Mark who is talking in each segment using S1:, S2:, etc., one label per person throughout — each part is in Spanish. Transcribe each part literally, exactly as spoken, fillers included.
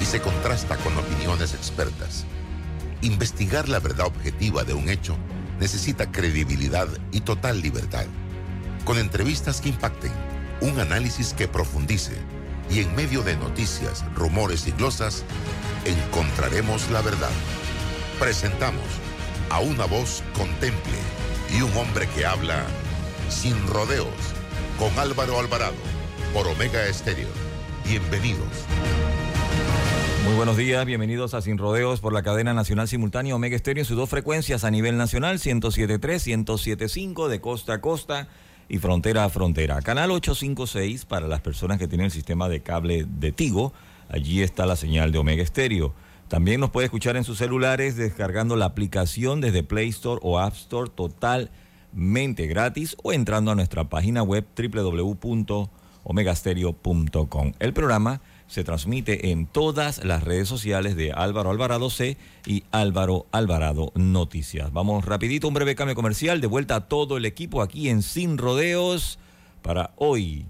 S1: se contrasta con opiniones expertas. Investigar la verdad objetiva de un hecho necesita credibilidad y total libertad. Con entrevistas que impacten, un análisis que profundice y en medio de noticias, rumores y glosas, encontraremos la verdad. Presentamos a una voz contemple y un hombre que habla sin rodeos, con Álvaro Alvarado, por Omega Estéreo. Bienvenidos.
S2: Muy buenos días, bienvenidos a Sin Rodeos por la cadena nacional simultánea Omega Estéreo en sus dos frecuencias a nivel nacional, ciento siete punto tres, ciento siete punto cinco de costa a costa y frontera a frontera. Canal ochocientos cincuenta y seis para las personas que tienen el sistema de cable de Tigo. Allí está la señal de Omega Estéreo. También nos puede escuchar en sus celulares descargando la aplicación desde Play Store o App Store totalmente gratis o entrando a nuestra página web doble u doble u doble u punto omega stereo punto com. El programa se transmite en todas las redes sociales de Álvaro Alvarado C y Álvaro Alvarado Noticias. Vamos rapidito, un breve cambio comercial, de vuelta a todo el equipo aquí en Sin Rodeos para hoy,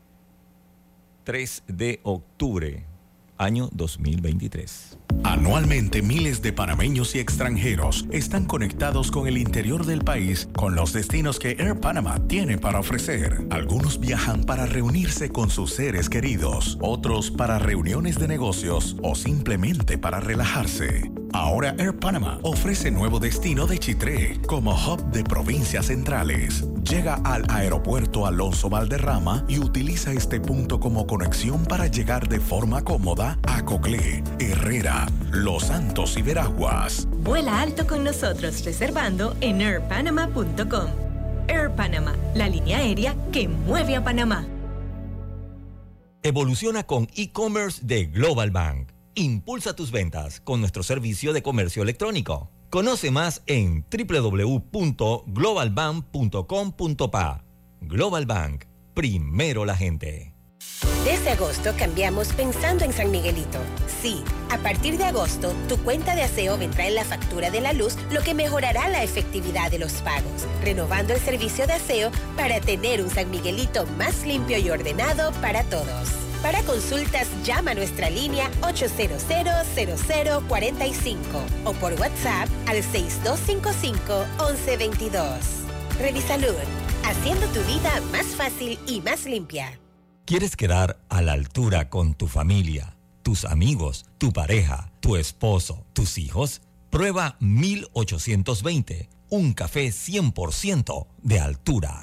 S2: tres de octubre, año dos mil veintitrés.
S3: Anualmente miles de panameños y extranjeros están conectados con el interior del país con los destinos que Air Panama tiene para ofrecer. Algunos viajan para reunirse con sus seres queridos, otros para reuniones de negocios o simplemente para relajarse. Ahora Air Panama ofrece nuevo destino de Chitré como hub de provincias centrales. Llega al aeropuerto Alonso Valderrama y utiliza este punto como conexión para llegar de forma cómoda a Coclé, Herrera, Los Santos y Veraguas.
S4: Vuela alto con nosotros reservando en air panama punto com. Air Panama, la línea aérea que mueve a Panamá.
S2: Evoluciona con e-commerce de Global Bank. Impulsa tus ventas con nuestro servicio de comercio electrónico. Conoce más en doble u doble u doble u punto global bank punto com punto pa. Global Bank, primero la gente.
S5: Desde agosto cambiamos pensando en San Miguelito. Sí, a partir de agosto, tu cuenta de aseo vendrá en la factura de la luz, lo que mejorará la efectividad de los pagos, renovando el servicio de aseo para tener un San Miguelito más limpio y ordenado para todos. Para consultas, llama a nuestra línea ocho cero cero, cero cero cuatro cinco o por WhatsApp al seis dos cinco cinco, once veintidós. Revisalud, haciendo tu vida más fácil y más limpia.
S2: ¿Quieres quedar a la altura con tu familia, tus amigos, tu pareja, tu esposo, tus hijos? Prueba mil ochocientos veinte, un café cien por ciento de altura.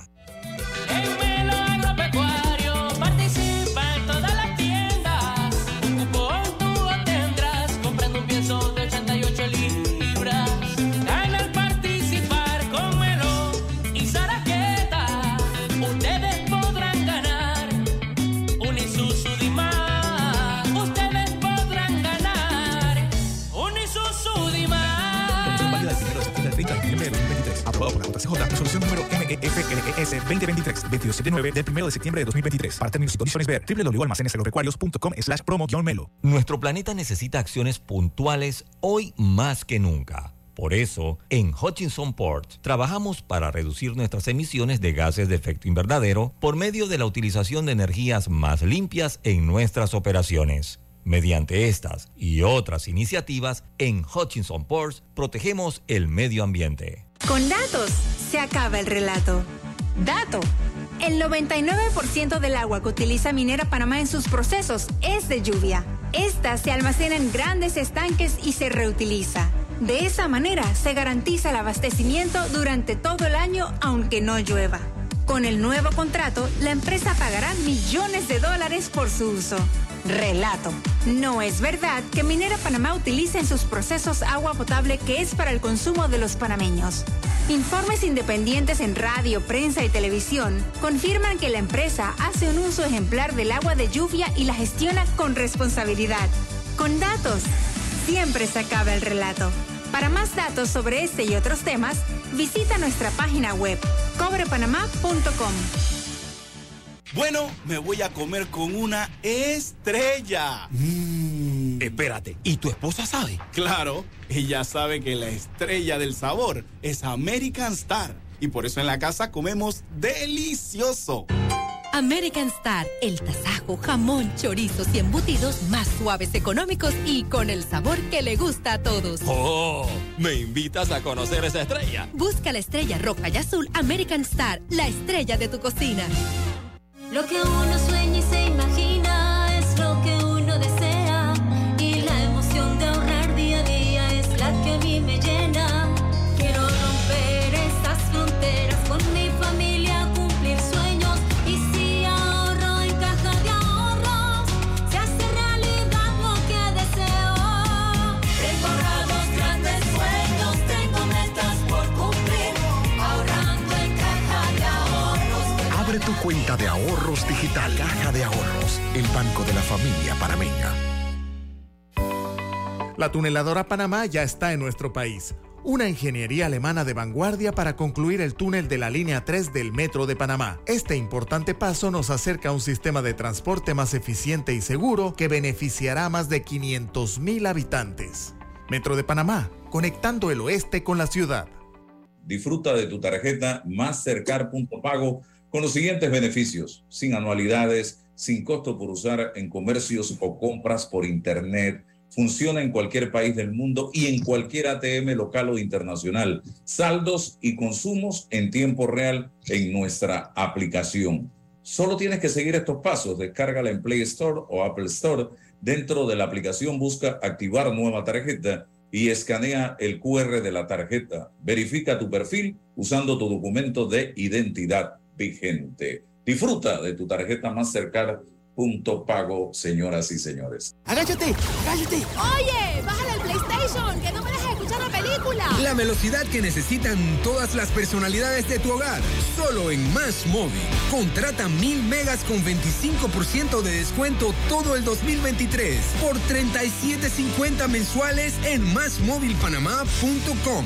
S6: En Melo Agropecuario participa en todas las tiendas. Un cupón tú obtendrás comprando un pienso de ochenta y ocho libras. Gana al participar con Melo y Zaraqueta. Ustedes podrán ganar un Isuzu D-Max. Ustedes podrán ganar un Isuzu D-Max.
S7: Promoción válida del primero de septiembre al treinta de noviembre de dos mil veintitrés. Aprobado por la J C J, resolución número M E F L E S veinte veintitrés, veintidós setenta y nueve del primero de septiembre de dos mil veintitrés. Para términos y condiciones ver doble u doble u doble u punto almacenes agropecuarios punto com slash promo guión melo.
S2: Nuestro planeta necesita acciones puntuales hoy más que nunca. Por eso, en Hutchinson Port, trabajamos para reducir nuestras emisiones de gases de efecto invernadero por medio de la utilización de energías más limpias en nuestras operaciones. Mediante estas y otras iniciativas, en Hutchinson Ports protegemos el medio ambiente.
S8: Con datos se acaba el relato. Dato: el noventa y nueve por ciento del agua que utiliza Minera Panamá en sus procesos es de lluvia. Esta se almacena en grandes estanques y se reutiliza. De esa manera se garantiza el abastecimiento durante todo el año aunque no llueva. Con el nuevo contrato, la empresa pagará millones de dólares por su uso. Relato: no es verdad que Minera Panamá utilice en sus procesos agua potable que es para el consumo de los panameños. Informes independientes en radio, prensa y televisión confirman que la empresa hace un uso ejemplar del agua de lluvia y la gestiona con responsabilidad. Con datos, siempre se acaba el relato. Para más datos sobre este y otros temas, visita nuestra página web cobre panamá punto com.
S9: Bueno, me voy a comer con una estrella.
S7: Mm. Espérate, ¿y tu esposa sabe?
S9: Claro, ella sabe que la estrella del sabor es American Star. Y por eso en la casa comemos delicioso.
S10: American Star, el tasajo, jamón, chorizos y embutidos más suaves, económicos y con el sabor que le gusta a todos.
S11: ¡Oh! ¿Me invitas a conocer esa estrella?
S10: Busca la estrella roja y azul American Star, la estrella de tu cocina.
S12: Lo que uno sueña y se imagina es lo que uno desea, y la emoción de ahorrar día a día es la que a mí me llena. Quiero romper esas fronteras con mi familia, cumplir sueños, y si ahorro en Caja de Ahorros se hace realidad lo que deseo. Tengo ahorrados grandes sueños, tengo metas por cumplir, ahorrando en Caja de Ahorros.
S13: Abre tu cuenta de ahorros digital. Caja de Ahorros, el banco de la familia panameña.
S14: La tuneladora Panamá ya está en nuestro país. Una ingeniería alemana de vanguardia para concluir el túnel de la línea tres del Metro de Panamá. Este importante paso nos acerca a un sistema de transporte más eficiente y seguro que beneficiará a más de quinientos mil habitantes. Metro de Panamá, conectando el oeste con la ciudad.
S15: Disfruta de tu tarjeta Mastercard Punto Pago con los siguientes beneficios: sin anualidades, sin costo por usar en comercios o compras por internet. Funciona en cualquier país del mundo y en cualquier A T M local o internacional. Saldos y consumos en tiempo real en nuestra aplicación. Solo tienes que seguir estos pasos. Descárgala en Play Store o Apple Store. Dentro de la aplicación busca activar nueva tarjeta y escanea el cu erre de la tarjeta. Verifica tu perfil usando tu documento de identidad vigente. Disfruta de tu tarjeta Mastercard Punto Pago, señoras y señores.
S16: ¡Agáchate! ¡Agáchate!
S17: Oye, bájale al PlayStation, que no me dejes escuchar la película.
S16: La velocidad que necesitan todas las personalidades de tu hogar. Solo en Más Móvil. Contrata mil megas con veinticinco por ciento de descuento todo el dos mil veintitrés por treinta y siete cincuenta mensuales en más móvil panamá punto com.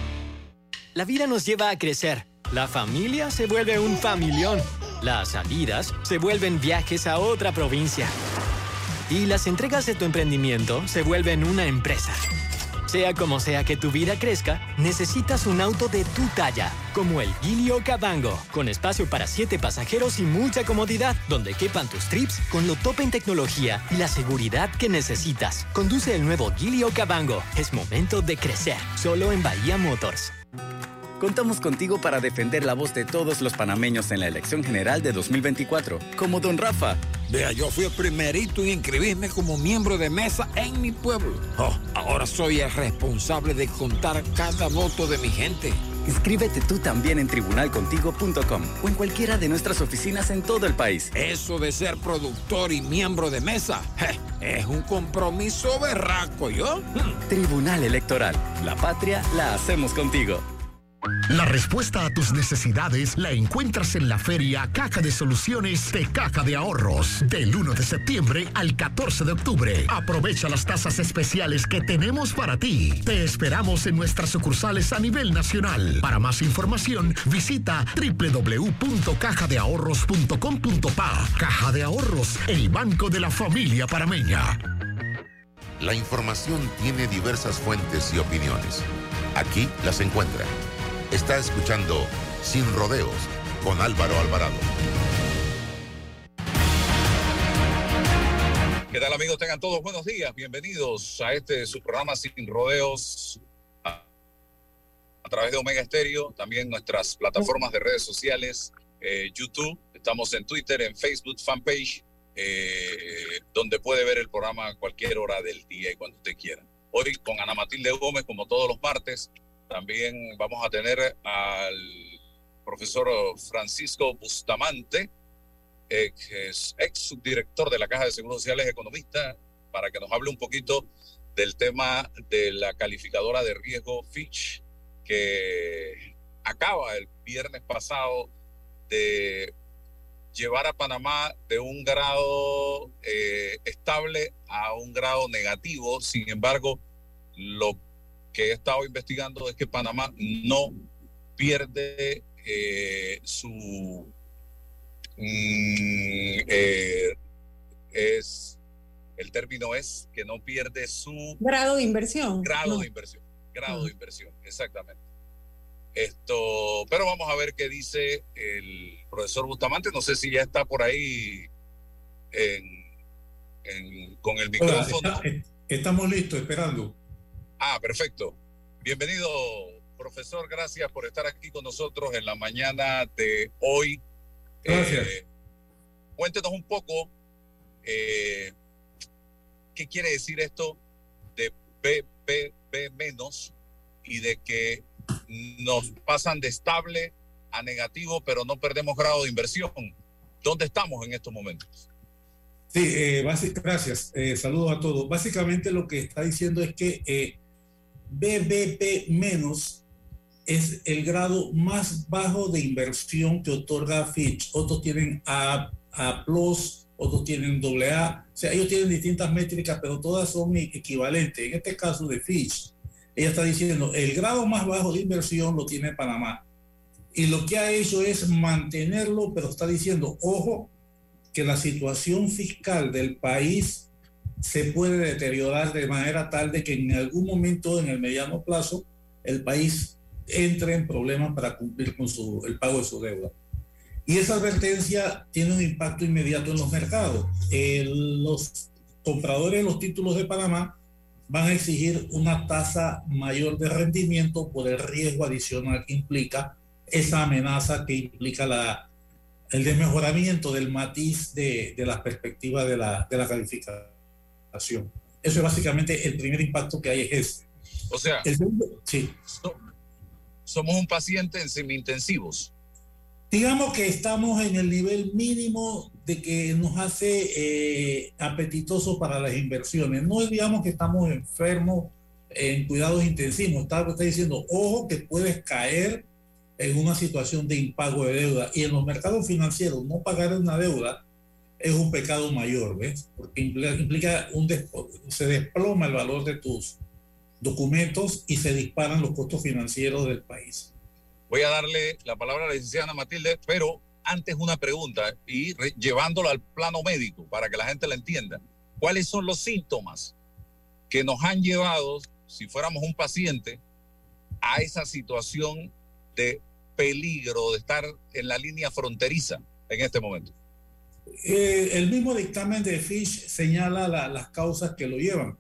S18: La vida nos lleva a crecer. La familia se vuelve un familión. Las salidas se vuelven viajes a otra provincia. Y las entregas de tu emprendimiento se vuelven una empresa. Sea como sea que tu vida crezca, necesitas un auto de tu talla, como el Gilio Cabango, con espacio para siete pasajeros y mucha comodidad, donde quepan tus trips con lo top en tecnología y la seguridad que necesitas. Conduce el nuevo Gilio Cabango. Es momento de crecer, solo en Bahía Motors.
S19: Contamos contigo para defender la voz de todos los panameños en la elección general de dos mil veinticuatro, como don Rafa.
S20: Vea, yo fui el primerito en inscribirme como miembro de mesa en mi pueblo. Oh, ahora soy el responsable de contar cada voto de mi gente.
S19: Inscríbete tú también en tribunal contigo punto com o en cualquiera de nuestras oficinas en todo el país.
S20: Eso de ser productor y miembro de mesa, je, es un compromiso berraco, ¿yo?
S19: Tribunal Electoral. La patria la hacemos contigo.
S13: La respuesta a tus necesidades la encuentras en la Feria Caja de Soluciones de Caja de Ahorros. Del uno de septiembre al catorce de octubre. Aprovecha las tasas especiales que tenemos para ti. Te esperamos en nuestras sucursales a nivel nacional. Para más información, visita doble u doble u doble u punto caja de ahorros punto com punto pa. Caja de Ahorros, el banco de la familia panameña.
S1: La información tiene diversas fuentes y opiniones. Aquí las encuentra. Está escuchando Sin Rodeos con Álvaro Alvarado.
S15: ¿Qué tal, amigos? Tengan todos buenos días. Bienvenidos a este su programa Sin Rodeos a, a través de Omega Estéreo. También nuestras plataformas de redes sociales, eh, YouTube. Estamos en Twitter, en Facebook, fanpage, eh, donde puede ver el programa a cualquier hora del día y cuando usted quiera. Hoy con Ana Matilde Gómez, como todos los martes. También vamos a tener al profesor Francisco Bustamante, eh, que es ex subdirector de la Caja de Seguros Sociales, economista, para que nos hable un poquito del tema de la calificadora de riesgo Fitch, que acaba el viernes pasado de llevar a Panamá de un grado eh, estable a un grado negativo. Sin embargo, lo que he estado investigando es que Panamá no pierde eh, su mm, eh, es el término es que no pierde su
S21: grado de inversión
S15: grado
S21: no.
S15: de inversión grado uh-huh. de inversión exactamente Esto, pero vamos a ver qué dice el profesor Bustamante. No sé si ya está por ahí en, en, con el micrófono.
S21: Hola, está, estamos listos, esperando.
S15: Ah, perfecto. Bienvenido, profesor. Gracias por estar aquí con nosotros en la mañana de hoy.
S21: Gracias.
S15: Eh, cuéntenos un poco eh, qué quiere decir esto de B B B menos y de que nos pasan de estable a negativo, pero no perdemos grado de inversión. ¿Dónde estamos en estos momentos?
S21: Sí, eh, básic, gracias. Eh, saludos a todos. Básicamente lo que está diciendo es que eh, B B B menos es el grado más bajo de inversión que otorga Fitch. Otros tienen A, A plus, otros tienen doble A. O sea, ellos tienen distintas métricas, pero todas son equivalentes. En este caso de Fitch, ella está diciendo el grado más bajo de inversión lo tiene Panamá. Y lo que ha hecho es mantenerlo, pero está diciendo, ojo, que la situación fiscal del país se puede deteriorar de manera tal de que en algún momento, en el mediano plazo, el país entre en problemas para cumplir con su, el pago de su deuda. Y esa advertencia tiene un impacto inmediato en los mercados. El, los compradores de los títulos de Panamá van a exigir una tasa mayor de rendimiento por el riesgo adicional que implica esa amenaza que implica la, el desmejoramiento del matiz de, de las perspectivas de la, de la calificación. Eso es básicamente el primer impacto que hay, es ese.
S15: O sea,
S21: el segundo, sí.
S15: so, somos un paciente en semi-intensivos.
S21: Digamos que estamos en el nivel mínimo de que nos hace eh, apetitoso para las inversiones. No es, digamos, que estamos enfermos en cuidados intensivos. Está, está diciendo, ojo, que puedes caer en una situación de impago de deuda. Y en los mercados financieros, no pagar una deuda es un pecado mayor, ¿ves? Porque implica, implica un despo, se desploma el valor de tus documentos y se disparan los costos financieros del país.
S15: Voy a darle la palabra a la licenciada Ana Matilde, pero antes una pregunta y re, llevándola al plano médico para que la gente la entienda. ¿Cuáles son los síntomas que nos han llevado, si fuéramos un paciente, a esa situación de peligro, de estar en la línea fronteriza en este momento?
S21: Eh, el mismo dictamen de Fitch señala la, las causas que lo llevan.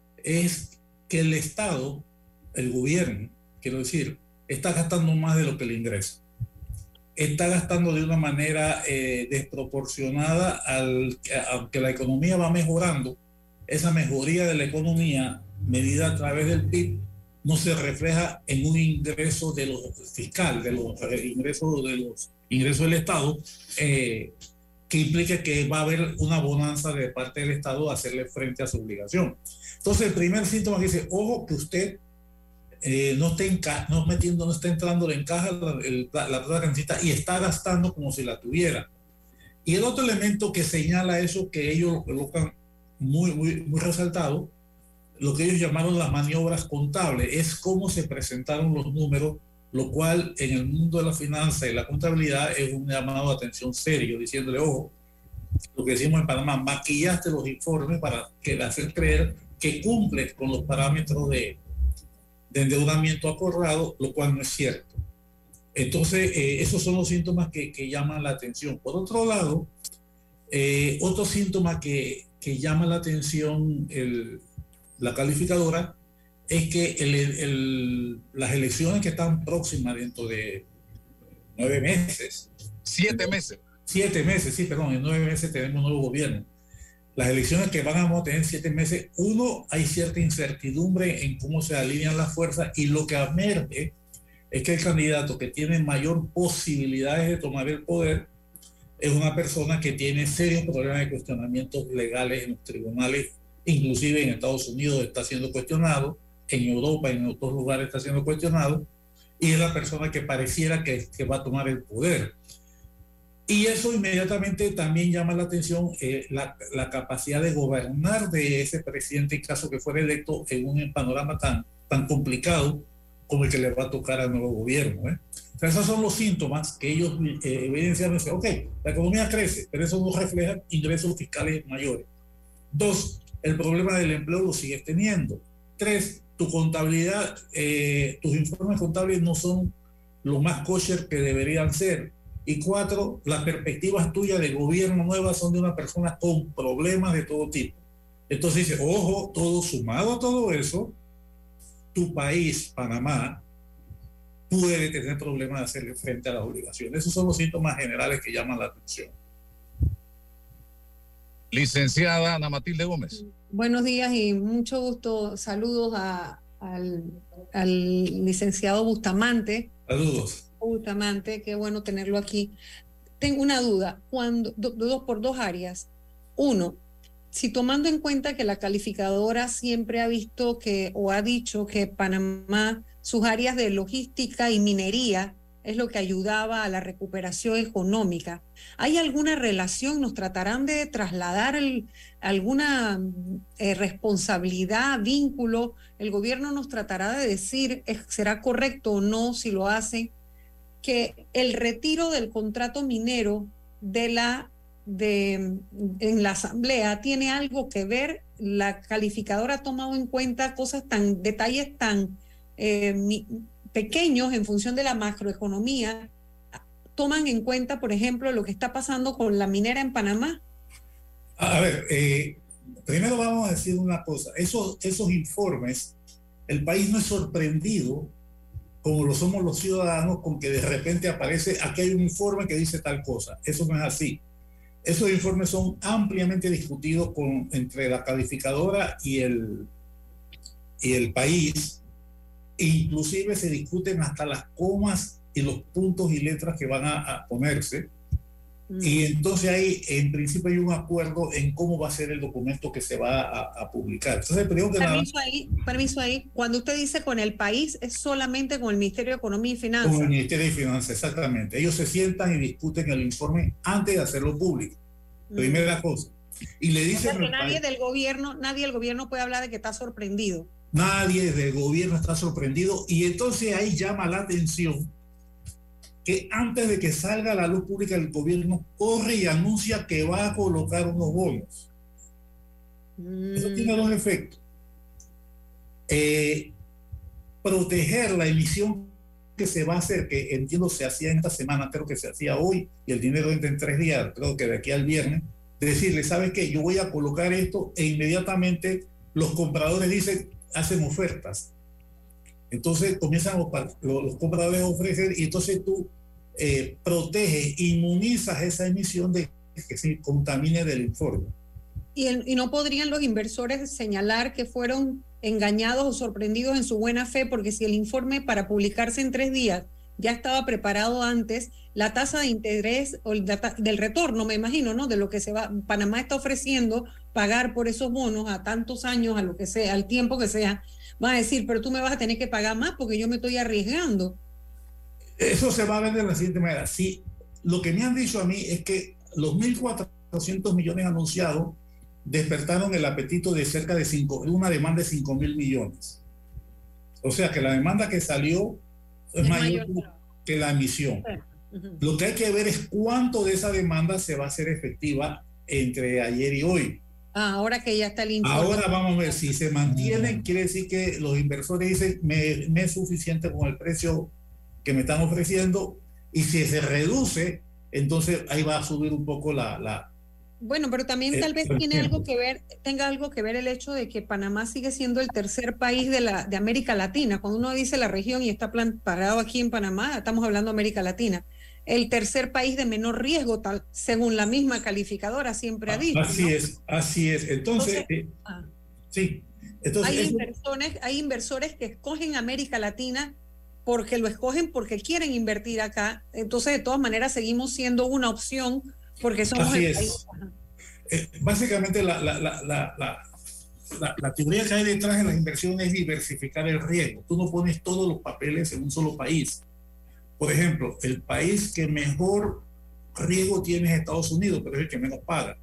S21: Es que el Estado, el gobierno, quiero decir, está gastando más de lo que le ingresa. Está gastando de una manera eh, desproporcionada, al, aunque la economía va mejorando. Esa mejoría de la economía, medida a través del P I B, no se refleja en un ingreso de los fiscal, de los ingresos de los ingresos del Estado, eh, que implica que va a haber una bonanza de parte del Estado a hacerle frente a su obligación. Entonces, el primer síntoma que dice, ojo, que usted eh, no, está enca- no, metiendo, no está entrando en caja la, el, la, la plata que necesita y está gastando como si la tuviera. Y el otro elemento que señala eso, que ellos lo colocan muy, muy, muy resaltado, lo que ellos llamaron las maniobras contables, es cómo se presentaron los números, lo cual en el mundo de la finanza y la contabilidad es un llamado de atención serio, diciéndole, ojo, lo que decimos en Panamá, maquillaste los informes para que le hacer creer que cumples con los parámetros de, de endeudamiento acordado, lo cual no es cierto. Entonces, eh, esos son los síntomas que, que llaman la atención. Por otro lado, eh, otro síntoma que, que llama la atención el, la calificadora es que el, el, las elecciones que están próximas dentro de nueve meses.
S15: Siete meses.
S21: Siete meses, sí, perdón, en nueve meses tenemos nuevo gobierno. Las elecciones que van a tener siete meses, uno, hay cierta incertidumbre en cómo se alinean las fuerzas y lo que emerge es que el candidato que tiene mayor posibilidades de tomar el poder es una persona que tiene serios problemas de cuestionamientos legales en los tribunales, inclusive en Estados Unidos está siendo cuestionado, en Europa y en otros lugares está siendo cuestionado, y es la persona que pareciera que, que va a tomar el poder. Y eso inmediatamente también llama la atención, eh, la, la capacidad de gobernar de ese presidente en caso que fuera electo en un panorama tan, tan complicado como el que le va a tocar al nuevo gobierno, ¿eh? O sea, esos son los síntomas que ellos eh, evidencian. Ok, la economía crece, pero eso no refleja ingresos fiscales mayores. Dos, el problema del empleo lo sigues teniendo. Tres, tu contabilidad, eh, tus informes contables no son lo más kosher que deberían ser. Y cuatro, las perspectivas tuyas de gobierno nueva son de una persona con problemas de todo tipo. Entonces dice, ojo, todo sumado a todo eso, tu país, Panamá, puede tener problemas de hacerle frente a las obligaciones. Esos son los síntomas generales que llaman la atención.
S15: Licenciada Ana Matilde Gómez.
S3: Buenos días y mucho gusto. Saludos a, al, al licenciado Bustamante.
S21: Saludos.
S3: Bustamante, qué bueno tenerlo aquí. Tengo una duda, cuando, do, dos por dos áreas. Uno, si tomando en cuenta que la calificadora siempre ha visto que, o ha dicho que Panamá, sus áreas de logística y minería es lo que ayudaba a la recuperación económica, ¿hay alguna relación? ¿Nos tratarán de trasladar el, alguna eh, responsabilidad, vínculo? ¿El gobierno nos tratará de decir, será correcto o no si lo hace, que el retiro del contrato minero de la de en la asamblea tiene algo que ver? La calificadora ha tomado en cuenta cosas tan, detalles tan eh, mi, pequeños en función de la macroeconomía. ¿Toman en cuenta, por ejemplo, lo que está pasando con la minera en Panamá?
S21: A ver, eh, primero vamos a decir una cosa. Esos, esos informes, el país no es sorprendido como lo somos los ciudadanos con que de repente aparece, aquí hay un informe que dice tal cosa. Eso no es así. Esos informes son ampliamente discutidos con, entre la calificadora y el, y el país. Inclusive se discuten hasta las comas y los puntos y letras que van a, a ponerse. Mm. Y entonces ahí, en principio, hay un acuerdo en cómo va a ser el documento que se va a, a publicar. Entonces, permiso,
S3: nada, ahí, permiso ahí, cuando usted dice con el país, ¿es solamente con el Ministerio de Economía y Finanzas?
S21: Con el Ministerio de Finanzas, exactamente. Ellos se sientan y discuten el informe antes de hacerlo público. Mm. Primera cosa. Y le dicen...
S3: O sea, que nadie país, del gobierno, nadie del gobierno puede hablar de que está sorprendido.
S21: Nadie del gobierno está sorprendido, y entonces ahí llama la atención que antes de que salga a la luz pública el gobierno corre y anuncia que va a colocar unos bonos. Mm. Eso tiene dos efectos. Eh, proteger la emisión que se va a hacer, que entiendo se hacía en esta semana, creo que se hacía hoy, y el dinero entra en tres días, creo que de aquí al viernes, decirle, ¿sabes qué? Yo voy a colocar esto, e inmediatamente los compradores dicen, hacen ofertas. Entonces comienzan los, los, los compradores a ofrecer, y entonces tú eh, proteges, inmunizas esa emisión de que se contamine del informe.
S3: ¿Y, el, ¿Y no podrían los inversores señalar que fueron engañados o sorprendidos en su buena fe? Porque si el informe para publicarse en tres días ya estaba preparado antes, la tasa de interés o el data, del retorno, me imagino, ¿no? De lo que se va, Panamá está ofreciendo pagar por esos bonos a tantos años, a lo que sea, al tiempo que sea, van a decir, pero tú me vas a tener que pagar más porque yo me estoy arriesgando.
S21: Eso se va a ver de la siguiente manera. Sí, lo que me han dicho a mí es que los mil cuatrocientos millones anunciados despertaron el apetito de cerca de cinco, una demanda de cinco mil millones. O sea que la demanda que salió es, es mayor, mayor que la emisión. Uh-huh. Lo que hay que ver es cuánto de esa demanda se va a hacer efectiva entre ayer y hoy.
S3: Ah, ahora que ya está el informe.
S21: Ahora vamos a ver, si se mantienen, quiere decir que los inversores dicen, me, me es suficiente con el precio que me están ofreciendo, y si se reduce, entonces ahí va a subir un poco la... la
S3: bueno, pero también tal vez tiene algo que ver, tenga algo que ver el hecho de que Panamá sigue siendo el tercer país de, la, de América Latina. Cuando uno dice la región y está plan, parado aquí en Panamá, estamos hablando de América Latina. El tercer país de menor riesgo, tal, según la misma calificadora siempre ha dicho.
S21: Así
S3: ¿no?
S21: es, así es. Entonces, Entonces eh, ah, sí. Entonces,
S3: hay,
S21: eso...
S3: inversores, hay inversores que escogen América Latina porque lo escogen porque quieren invertir acá. Entonces, de todas maneras, seguimos siendo una opción porque somos
S21: así
S3: el
S21: es.
S3: país.
S21: Eh, básicamente, la, la, la, la, la, la, la teoría que hay detrás de las inversiones es diversificar el riesgo. Tú no pones todos los papeles en un solo país. Por ejemplo, el país que mejor riesgo tiene es Estados Unidos, pero es el que menos paga.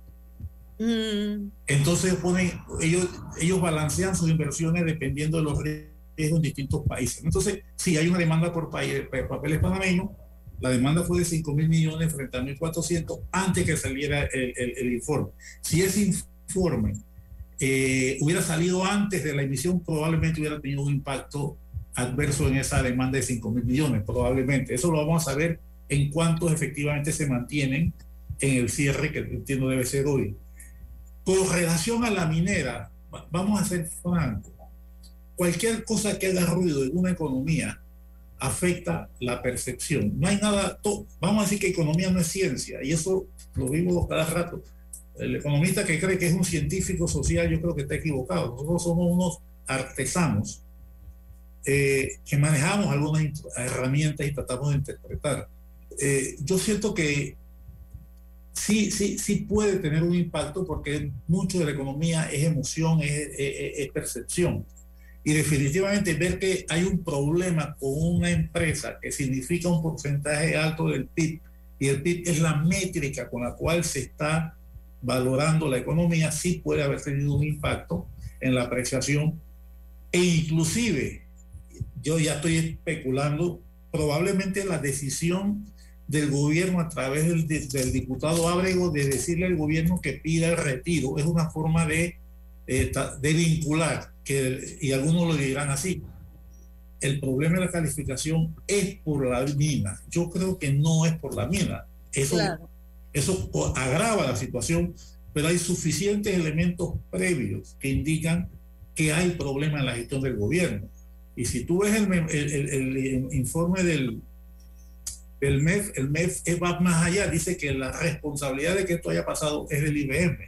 S21: Mm. Entonces ponen, ellos, ellos balancean sus inversiones dependiendo de los riesgos en distintos países. Entonces, si hay una demanda por, país, por papeles panameños, la demanda fue de cinco mil millones frente a mil cuatrocientos antes que saliera el, el, el informe. Si ese informe eh, hubiera salido antes de la emisión, probablemente hubiera tenido un impacto adverso en esa demanda de cinco mil millones, probablemente. Eso lo vamos a ver en cuántos efectivamente se mantienen en el cierre, que entiendo debe ser hoy. Con relación a la minera, vamos a ser francos. Cualquier cosa que haga ruido en una economía afecta la percepción. No hay nada, to, vamos a decir que economía no es ciencia, y eso lo vimos cada rato. El economista que cree que es un científico social, yo creo que está equivocado. Nosotros somos unos artesanos eh, que manejamos algunas herramientas y tratamos de interpretar. Eh, yo siento que sí, sí, sí puede tener un impacto, porque mucho de la economía es emoción, es, es, es percepción. Y definitivamente ver que hay un problema con una empresa que significa un porcentaje alto del P I B, y el P I B es la métrica con la cual se está valorando la economía, sí puede haber tenido un impacto en la apreciación. E inclusive, yo ya estoy especulando, probablemente la decisión del gobierno a través del, del diputado Ábrego de decirle al gobierno que pida el retiro es una forma de, eh, de vincular, que, y algunos lo dirán así, el problema de la calificación es por la mina. Yo creo que no es por la mina. Eso, claro. Eso agrava la situación, pero hay suficientes elementos previos que indican que hay problema en la gestión del gobierno. Y si tú ves el, el, el, el informe del, del M E F, el M E F va más allá, dice que la responsabilidad de que esto haya pasado es del I B M.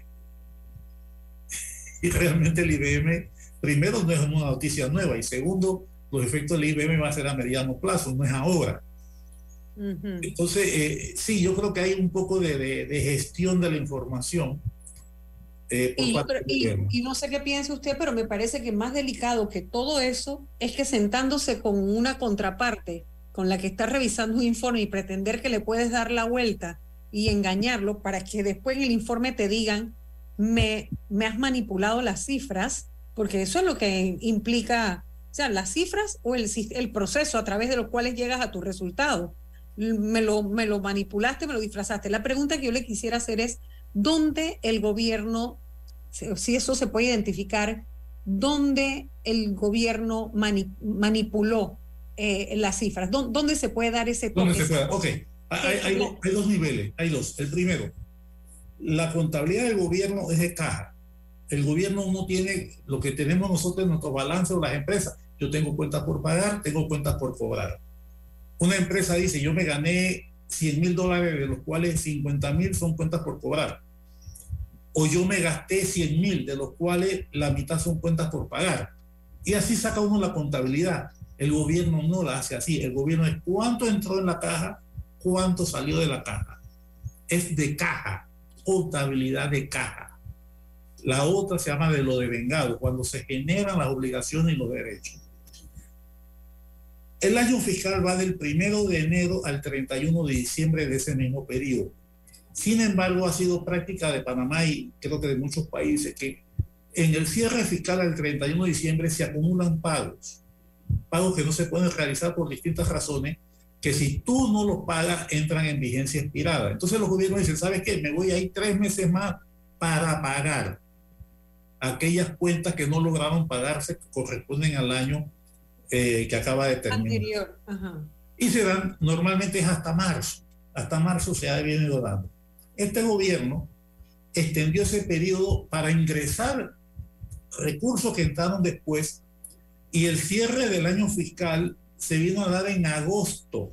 S21: Y realmente el I B M, primero, no es una noticia nueva, y segundo, los efectos del I B M van a ser a mediano plazo, no es ahora. Uh-huh. Entonces, eh, sí, yo creo que hay un poco de, de, de gestión de la información. Eh, por
S3: y,
S21: parte
S3: pero,
S21: del
S3: y,
S21: gobierno.
S3: y no sé qué piense usted, pero me parece que más delicado que todo eso es que sentándose con una contraparte con la que está revisando un informe y pretender que le puedes dar la vuelta y engañarlo para que después en el informe te digan me, me has manipulado las cifras, porque eso es lo que implica, o sea, las cifras o el, el proceso a través de los cuales llegas a tu resultado. Me lo, me lo manipulaste, me lo disfrazaste. La pregunta que yo le quisiera hacer es, ¿dónde el gobierno, si eso se puede identificar, dónde el gobierno mani, manipuló eh, las cifras? ¿Dónde, ¿Dónde se puede dar ese toque?
S21: ¿Dónde se puede? Ok, hay, hay, dos, hay dos niveles, hay dos. El primero, la contabilidad del gobierno es de caja. El gobierno no tiene lo que tenemos nosotros en nuestro balance o las empresas. Yo tengo cuentas por pagar, tengo cuentas por cobrar. Una empresa dice, yo me gané cien mil dólares, de los cuales cincuenta mil son cuentas por cobrar. O yo me gasté cien mil, de los cuales la mitad son cuentas por pagar. Y así saca uno la contabilidad. El gobierno no la hace así. El gobierno es cuánto entró en la caja, cuánto salió de la caja. Es de caja, contabilidad de caja. La otra se llama de lo devengado, cuando se generan las obligaciones y los derechos. El año fiscal va del primero de enero al treinta y uno de diciembre de ese mismo periodo. Sin embargo, ha sido práctica de Panamá y creo que de muchos países que en el cierre fiscal al treinta y uno de diciembre se acumulan pagos, pagos que no se pueden realizar por distintas razones, que si tú no los pagas entran en vigencia expirada. Entonces los gobiernos dicen, ¿sabes qué? Me voy a ir tres meses más para pagar aquellas cuentas que no lograron pagarse, que corresponden al año Eh, que acaba de terminar.
S3: Anterior. Ajá.
S21: Y se dan, normalmente es hasta marzo. Hasta marzo se ha venido dando. Este gobierno extendió ese periodo para ingresar recursos que entraron después, y el cierre del año fiscal se vino a dar en agosto.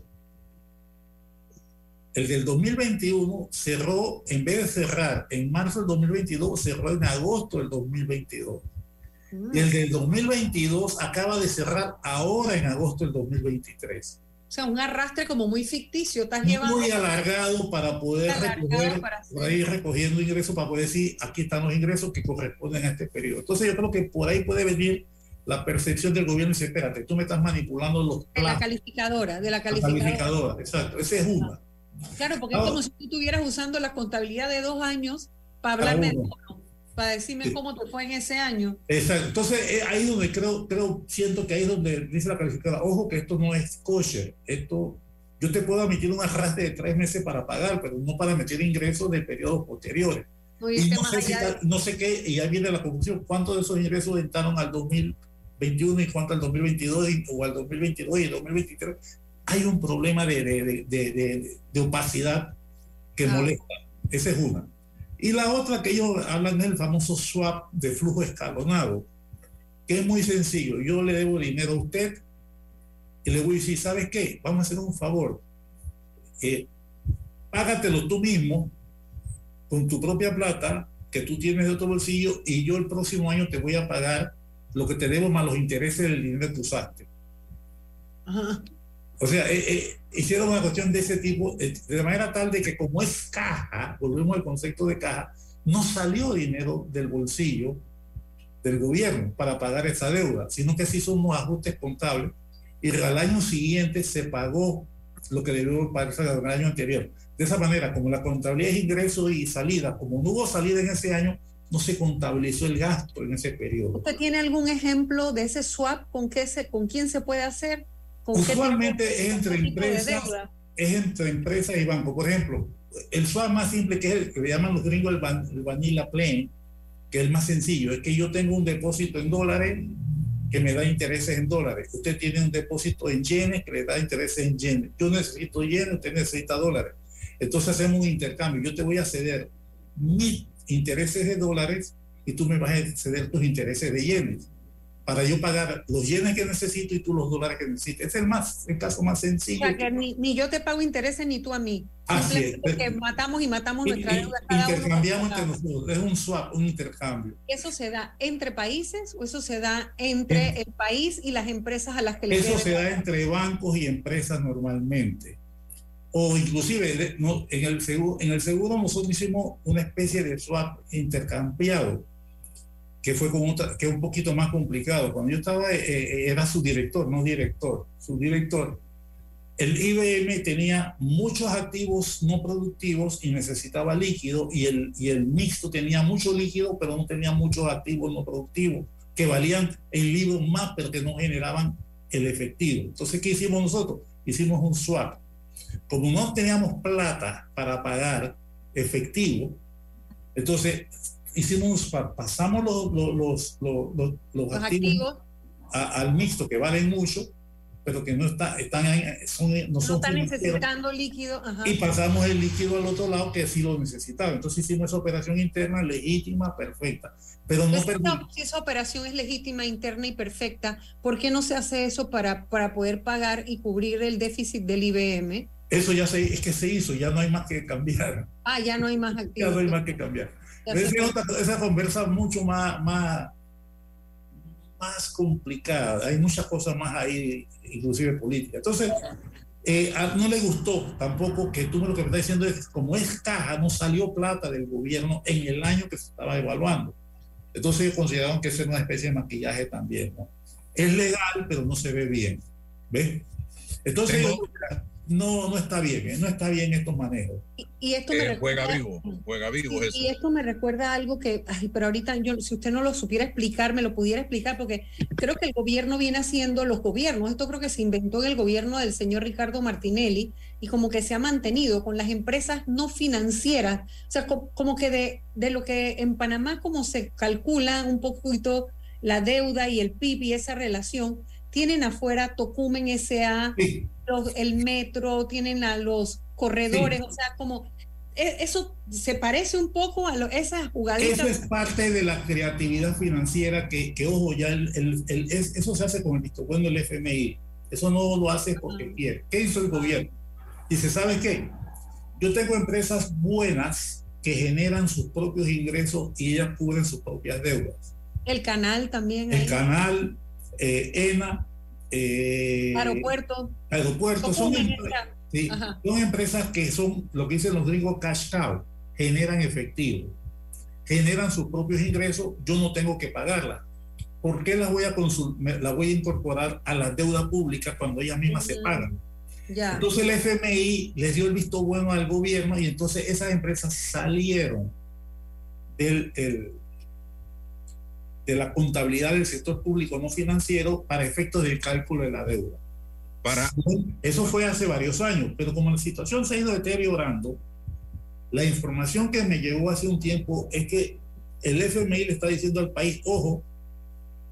S21: El del dos mil veintiuno cerró, en vez de cerrar en marzo del dos mil veintidós, cerró en agosto del dos mil veintidós. Y el del dos mil veintidós acaba de cerrar ahora en agosto del dos mil veintitrés.
S3: O sea, un arrastre como muy ficticio. Estás llevando
S21: muy alargado para poder
S3: alargado
S21: recoger,
S3: para
S21: por ahí recogiendo ingresos para poder decir, aquí están los ingresos que corresponden a este periodo. Entonces yo creo que por ahí puede venir la percepción del gobierno y dice, espérate, tú me estás manipulando los plazos.
S3: De la calificadora, de la calificadora.
S21: La calificadora, exacto, esa es una.
S3: Claro, porque
S21: Ahora,
S3: es como si tú estuvieras usando la contabilidad de dos años para hablarme de uno, para decirme sí. cómo te fue en ese año.
S21: Exacto. Entonces, eh, ahí donde creo, creo, siento que ahí es donde dice la calificadora, ojo que esto no es kosher, esto, yo te puedo emitir un arrastre de tres meses para pagar, pero no para meter ingresos de periodos posteriores.
S3: No,
S21: y no sé, si, de... no sé qué, y ahí viene la confusión, ¿cuántos de esos ingresos entraron al dos mil veintiuno y cuánto al dos mil veintidós y, o al dos mil veintidós y dos mil veintitrés, hay un problema de, de, de, de, de, de opacidad que ah. molesta. Esa es una. Y la otra que ellos hablan es el famoso swap de flujo escalonado, que es muy sencillo. Yo le debo dinero a usted y le voy a decir, ¿sabes qué? Vamos a hacer un favor. Eh, págatelo tú mismo con tu propia plata que tú tienes de otro bolsillo y yo el próximo año te voy a pagar lo que te debo más los intereses del dinero que usaste. Ajá. O sea, eh, eh, hicieron una cuestión de ese tipo, eh, de manera tal de que como es caja, volvemos al concepto de caja, no salió dinero del bolsillo del gobierno para pagar esa deuda, sino que se hizo unos ajustes contables y al año siguiente se pagó lo que debió pagarse el año anterior. De esa manera, como la contabilidad es ingreso y salida, como no hubo salida en ese año, no se contabilizó el gasto en ese periodo.
S3: ¿Usted tiene algún ejemplo de ese swap? ¿Con qué se, con quién se puede hacer?
S21: Usualmente es entre empresas, es entre empresas y bancos. Por ejemplo, el swap más simple, que es el que le llaman los gringos el, van, el vanilla plain, que es el más sencillo, es que yo tengo un depósito en dólares que me da intereses en dólares. Usted tiene un depósito en yenes que le da intereses en yenes. Yo necesito yenes, usted necesita dólares. Entonces hacemos un intercambio. Yo te voy a ceder mis intereses de dólares y tú me vas a ceder tus intereses de yenes, para yo pagar los yenes que necesito y tú los dólares que necesitas. Es el más, el caso más sencillo.
S3: O sea, que ni, ni yo te pago intereses ni tú a mí.
S21: Así es.
S3: Que matamos y matamos
S21: y,
S3: nuestra
S21: y,
S3: deuda. Cada
S21: intercambiamos
S3: uno
S21: entre nosotros. Es un swap, un intercambio.
S3: ¿Eso se da entre países o eso se da entre en, el país y las empresas a las que le
S21: Eso se da entre bancos y empresas normalmente. O inclusive no, en, el seguro, en el seguro nosotros hicimos una especie de swap intercambiado, que fue con otra, que es un poquito más complicado. Cuando yo estaba, eh, era subdirector, no director, subdirector. El I B M tenía muchos activos no productivos y necesitaba líquido, y el, y el mixto tenía mucho líquido, pero no tenía muchos activos no productivos, que valían el libro más, pero que no generaban el efectivo. Entonces, ¿qué hicimos nosotros? Hicimos un swap. Como no teníamos plata para pagar efectivo, entonces hicimos, pasamos los, los, los, los, los, los activos, activos. A, al mixto, que valen mucho, pero que no está, están, son, no,
S3: no
S21: son
S3: están necesitando líquido. Ajá.
S21: Y pasamos el líquido al otro lado, que sí lo necesitaba. Entonces hicimos esa operación interna legítima, perfecta. Pero no
S3: permit... Si esa operación es legítima, interna y perfecta, ¿por qué no se hace eso para, para poder pagar y cubrir el déficit del I B M?
S21: Eso ya se, es que se hizo, ya no hay más que cambiar.
S3: Ah, ya no hay más activos.
S21: Ya no hay más que cambiar. Esa, otra, esa conversa mucho más, más, más complicada. Hay muchas cosas más ahí, inclusive políticas. Entonces, eh, a, no le gustó tampoco que tú lo que me estás diciendo es que como es caja, no salió plata del gobierno en el año que se estaba evaluando. Entonces consideraron que eso es una especie de maquillaje también, ¿no? Es legal, pero no se ve bien. ¿Ves? Entonces, Tengo... no, no está bien, ¿eh? No está bien estos manejos.
S3: Y, y esto me
S15: eh,
S3: recuerda,
S15: juega vivo, juega vivo
S3: y,
S15: eso.
S3: Y esto me recuerda a algo que, ay, pero ahorita yo, si usted no lo supiera explicar, me lo pudiera explicar, porque creo que el gobierno viene haciendo, los gobiernos, esto creo que se inventó en el gobierno del señor Ricardo Martinelli, y como que se ha mantenido con las empresas no financieras, o sea, co como que de, de lo que en Panamá como se calcula un poquito la deuda y el P I B y esa relación, tienen afuera Tocumen S A, sí. los, el metro, tienen a los corredores, sí. O sea, como eso se parece un poco a lo, esas jugaditas.
S21: Eso es parte de la creatividad financiera que, que ojo, ya el, el, el, es, eso se hace con el visto bueno del F M I. Eso no lo hace porque quiere. ¿Qué hizo el gobierno? Dice, ¿sabe qué? Yo tengo empresas buenas que generan sus propios ingresos y ellas cubren sus propias deudas.
S3: El canal también.
S21: El
S3: ahí.
S21: canal, eh, ENA, eh,
S3: aeropuerto.
S21: Aeropuertos. Son, empresas, sí, son empresas que son, lo que dicen los gringos, cash cow, generan efectivo, generan sus propios ingresos, yo no tengo que pagarlas. ¿Por qué las voy a, las voy a incorporar a la deuda pública cuando ellas mismas uh-huh. se pagan? Ya. Entonces el F M I les dio el visto bueno al gobierno y entonces esas empresas salieron del, del, de la contabilidad del sector público no financiero para efectos del cálculo de la deuda. Para... Eso fue hace varios años, pero como la situación se ha ido deteriorando, la información que me llegó hace un tiempo es que el F M I le está diciendo al país, ojo,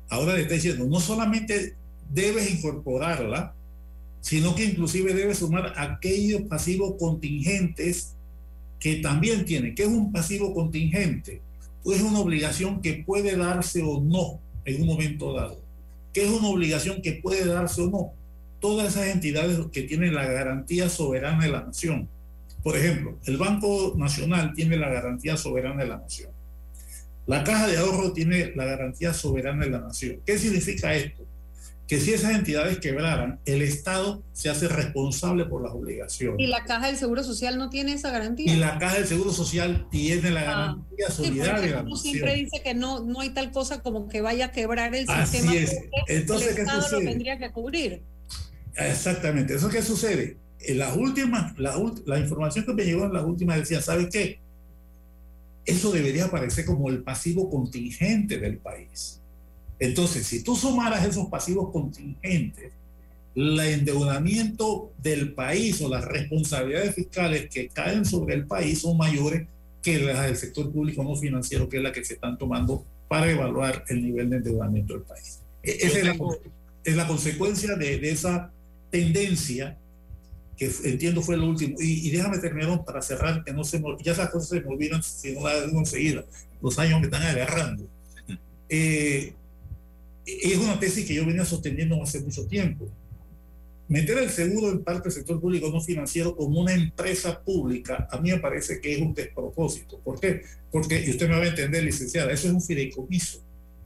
S21: ahora le está diciendo, no solamente debes incorporarla, sino que inclusive debes sumar aquellos pasivos contingentes que también tiene. ¿Qué es un pasivo contingente? Pues es una obligación que puede darse o no en un momento dado. ¿Qué es una obligación que puede darse o no? Todas esas entidades que tienen la garantía soberana de la nación. Por ejemplo, el Banco Nacional tiene la garantía soberana de la nación. La Caja de Ahorro tiene la garantía soberana de la nación. ¿Qué significa esto? Que si esas entidades quebraran, el Estado se hace responsable por las obligaciones.
S3: ¿Y la Caja del Seguro Social no tiene esa garantía?
S21: Y la Caja del Seguro Social tiene la garantía ah, solidaria
S3: sí,
S21: de la
S3: nación.
S21: nación.
S3: Siempre dice que no, no hay tal cosa como que vaya a quebrar el
S21: Así
S3: sistema.
S21: Es. Entonces,
S3: el
S21: ¿qué
S3: Estado
S21: sucede?
S3: lo tendría que cubrir.
S21: Exactamente. ¿Eso qué sucede? En las últimas, la, la información que me llegó en las últimas decía, ¿sabes qué? Eso debería aparecer como el pasivo contingente del país. Entonces, si tú sumaras esos pasivos contingentes, el endeudamiento del país o las responsabilidades fiscales que caen sobre el país son mayores que las del sector público no financiero, que es la que se están tomando para evaluar el nivel de endeudamiento del país. Esa es la, es la consecuencia de, de esa tendencia que entiendo fue lo último. Y, y déjame terminar para cerrar, que no se me, ya esas cosas se me olvidan si no las digo enseguida, los años me están agarrando. Eh, es una tesis que yo venía sosteniendo hace mucho tiempo. Meter el seguro en parte del sector público no financiero como una empresa pública, a mí me parece que es un despropósito. ¿Por qué? Porque, y usted me va a entender, licenciada, eso es un fideicomiso.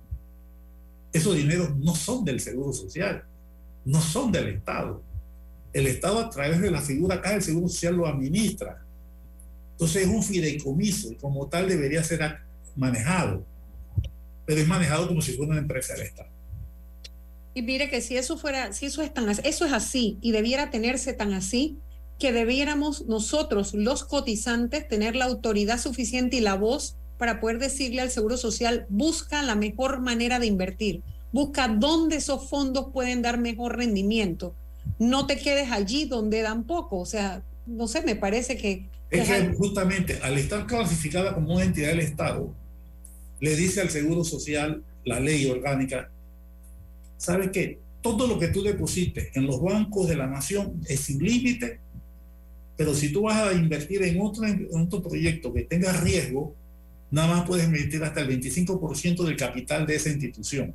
S21: Esos dineros no son del Seguro Social, no son del Estado. El Estado, a través de la figura acá del Seguro Social, lo administra. Entonces es un fideicomiso y como tal debería ser manejado, pero es manejado como si fuera una empresa del Estado.
S3: Y mire que si eso fuera, si eso es tan, eso es así y debiera tenerse tan así, que debiéramos nosotros, los cotizantes, tener la autoridad suficiente y la voz para poder decirle al Seguro Social, busca la mejor manera de invertir, busca dónde esos fondos pueden dar mejor rendimiento. No te quedes allí donde dan poco. O sea, no sé, me parece que...
S21: Es que justamente al estar clasificada como una entidad del Estado, le dice al Seguro Social, la ley orgánica, ¿sabe qué? Todo lo que tú deposites en los bancos de la nación es sin límite, pero si tú vas a invertir en otro, en otro proyecto que tenga riesgo, nada más puedes invertir hasta el veinticinco por ciento del capital de esa institución.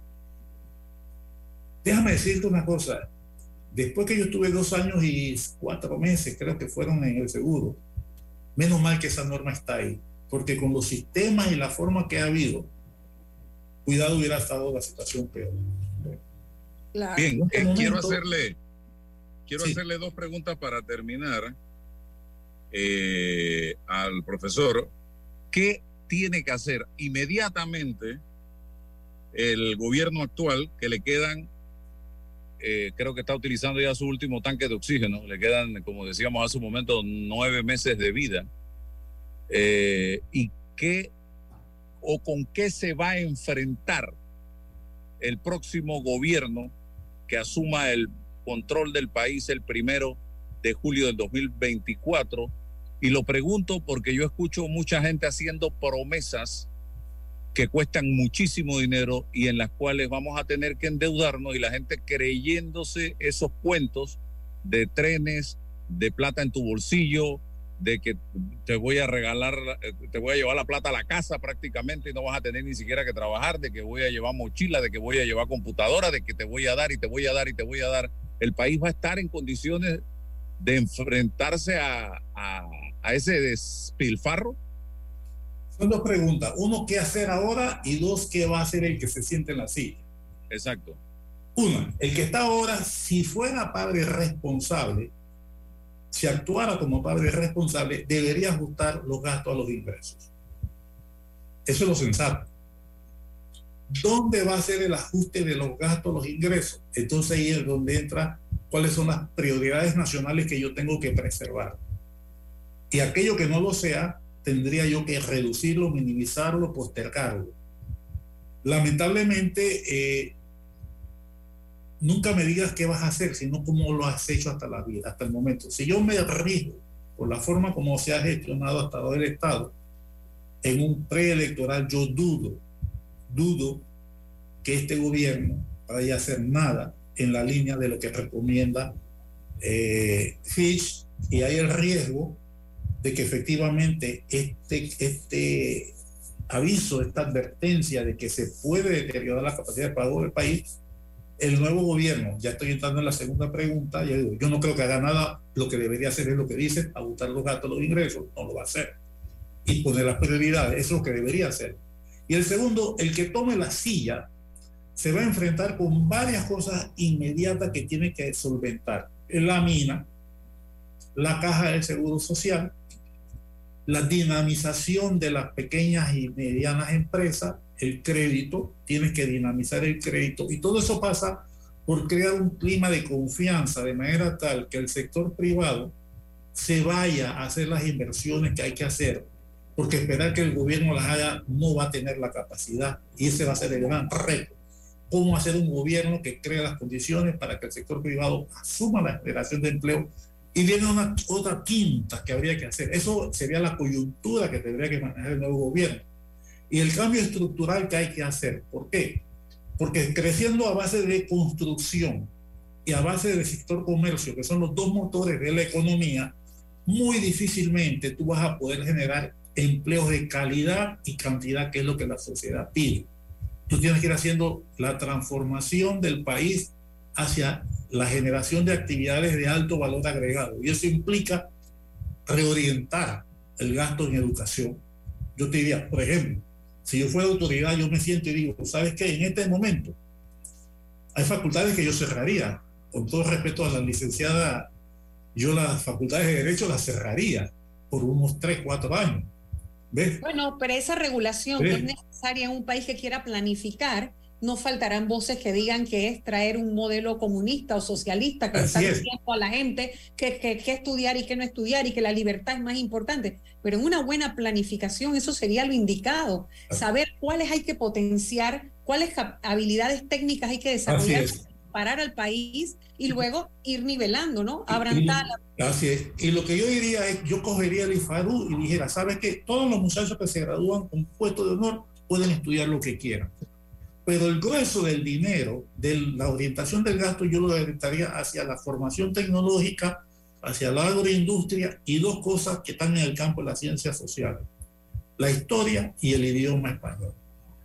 S21: Déjame decirte una cosa. Después que yo estuve dos años y cuatro meses, creo que fueron en el seguro, menos mal que esa norma está ahí, porque con los sistemas y la forma que ha habido, cuidado, hubiera estado la situación peor.
S3: Claro.
S15: Bien,
S21: este
S15: eh,
S21: momento,
S15: quiero hacerle quiero
S21: sí.
S15: hacerle dos preguntas para terminar eh, al profesor. ¿Qué tiene que hacer inmediatamente el gobierno actual, que le quedan, eh, creo que está utilizando ya su último tanque de oxígeno, le quedan, como decíamos hace un momento, nueve meses de vida, eh, y qué o con qué se va a enfrentar el próximo gobierno que asuma el control del país el primero de julio del dos mil veinticuatro? Y lo pregunto porque yo escucho mucha gente haciendo promesas que cuestan muchísimo dinero y en las cuales vamos a tener que endeudarnos, y la gente creyéndose esos cuentos de trenes, de plata en tu bolsillo, de que te voy a regalar, te voy a llevar la plata a la casa prácticamente y no vas a tener ni siquiera que trabajar, de que voy a llevar mochila, de que voy a llevar computadora, de que te voy a dar y te voy a dar y te voy a dar. El país va a estar en condiciones de enfrentarse a, a, a ese despilfarro.
S21: Son dos preguntas. Uno, ¿qué hacer ahora? Y dos, ¿qué va a hacer el que se siente en la silla?
S15: Exacto.
S21: Una, el que está ahora, si fuera padre responsable, si actuara como padre responsable, debería ajustar los gastos a los ingresos. Eso es lo sensato. ¿Dónde va a ser el ajuste de los gastos a los ingresos? Entonces ahí es donde entra cuáles son las prioridades nacionales que yo tengo que preservar. Y aquello que no lo sea, tendría yo que reducirlo, minimizarlo, postergarlo. Lamentablemente, eh, nunca me digas qué vas a hacer, sino cómo lo has hecho hasta la vida, hasta el momento. Si yo me rijo por la forma como se ha gestionado hasta ahora el Estado, en un preelectoral, yo dudo, dudo que este gobierno vaya a hacer nada en la línea de lo que recomienda eh, Fitch, y hay el riesgo de que efectivamente este, este aviso, esta advertencia de que se puede deteriorar la capacidad de pago del país, el nuevo gobierno, ya estoy entrando en la segunda pregunta, yo, digo, yo no creo que haga nada, lo que debería hacer es lo que dice, ajustar los gastos, los ingresos, no lo va a hacer, y poner las prioridades, eso es lo que debería hacer. Y el segundo, el que tome la silla, se va a enfrentar con varias cosas inmediatas que tiene que solventar. La mina, la caja del seguro social, la dinamización de las pequeñas y medianas empresas, el crédito, tienes que dinamizar el crédito, y todo eso pasa por crear un clima de confianza de manera tal que el sector privado se vaya a hacer las inversiones que hay que hacer, porque esperar que el gobierno las haga no va a tener la capacidad, y ese va a ser el gran reto. Cómo hacer un gobierno que crea las condiciones para que el sector privado asuma la generación de empleo. Y viene una otra quinta que habría que hacer. Eso sería la coyuntura que tendría que manejar el nuevo gobierno. Y el cambio estructural que hay que hacer. ¿Por qué? Porque creciendo a base de construcción y a base del sector comercio, que son los dos motores de la economía, muy difícilmente tú vas a poder generar empleos de calidad y cantidad, que es lo que la sociedad pide. Tú tienes que ir haciendo la transformación del país hacia la generación de actividades de alto valor agregado. Y eso implica reorientar el gasto en educación. Yo te diría, por ejemplo, si yo fuera autoridad, yo me siento y digo, ¿sabes qué? En este momento hay facultades que yo cerraría. Con todo respeto a la licenciada, yo las facultades de Derecho las cerraría por unos tres, cuatro años. ¿Ves?
S3: Bueno, pero esa regulación
S21: ¿Ves?
S3: que es necesaria en un país que quiera planificar, no faltarán voces que digan que es traer un modelo comunista o socialista, que le está diciendo a la gente que, que, que estudiar y que no estudiar, y que la libertad es más importante. Pero en una buena planificación eso sería lo indicado, saber cuáles hay que potenciar, cuáles habilidades técnicas hay que desarrollar para parar al país y luego ir nivelando, ¿no? Abrantar.
S21: Así es. Y lo que yo diría es, yo cogería el IFARU y dijera, ¿sabes qué? Todos los muchachos que se gradúan con puesto de honor pueden estudiar lo que quieran. Pero el grueso del dinero, de la orientación del gasto, yo lo orientaría hacia la formación tecnológica, hacia la agroindustria, y dos cosas que están en el campo de las ciencias sociales: la historia y el idioma español.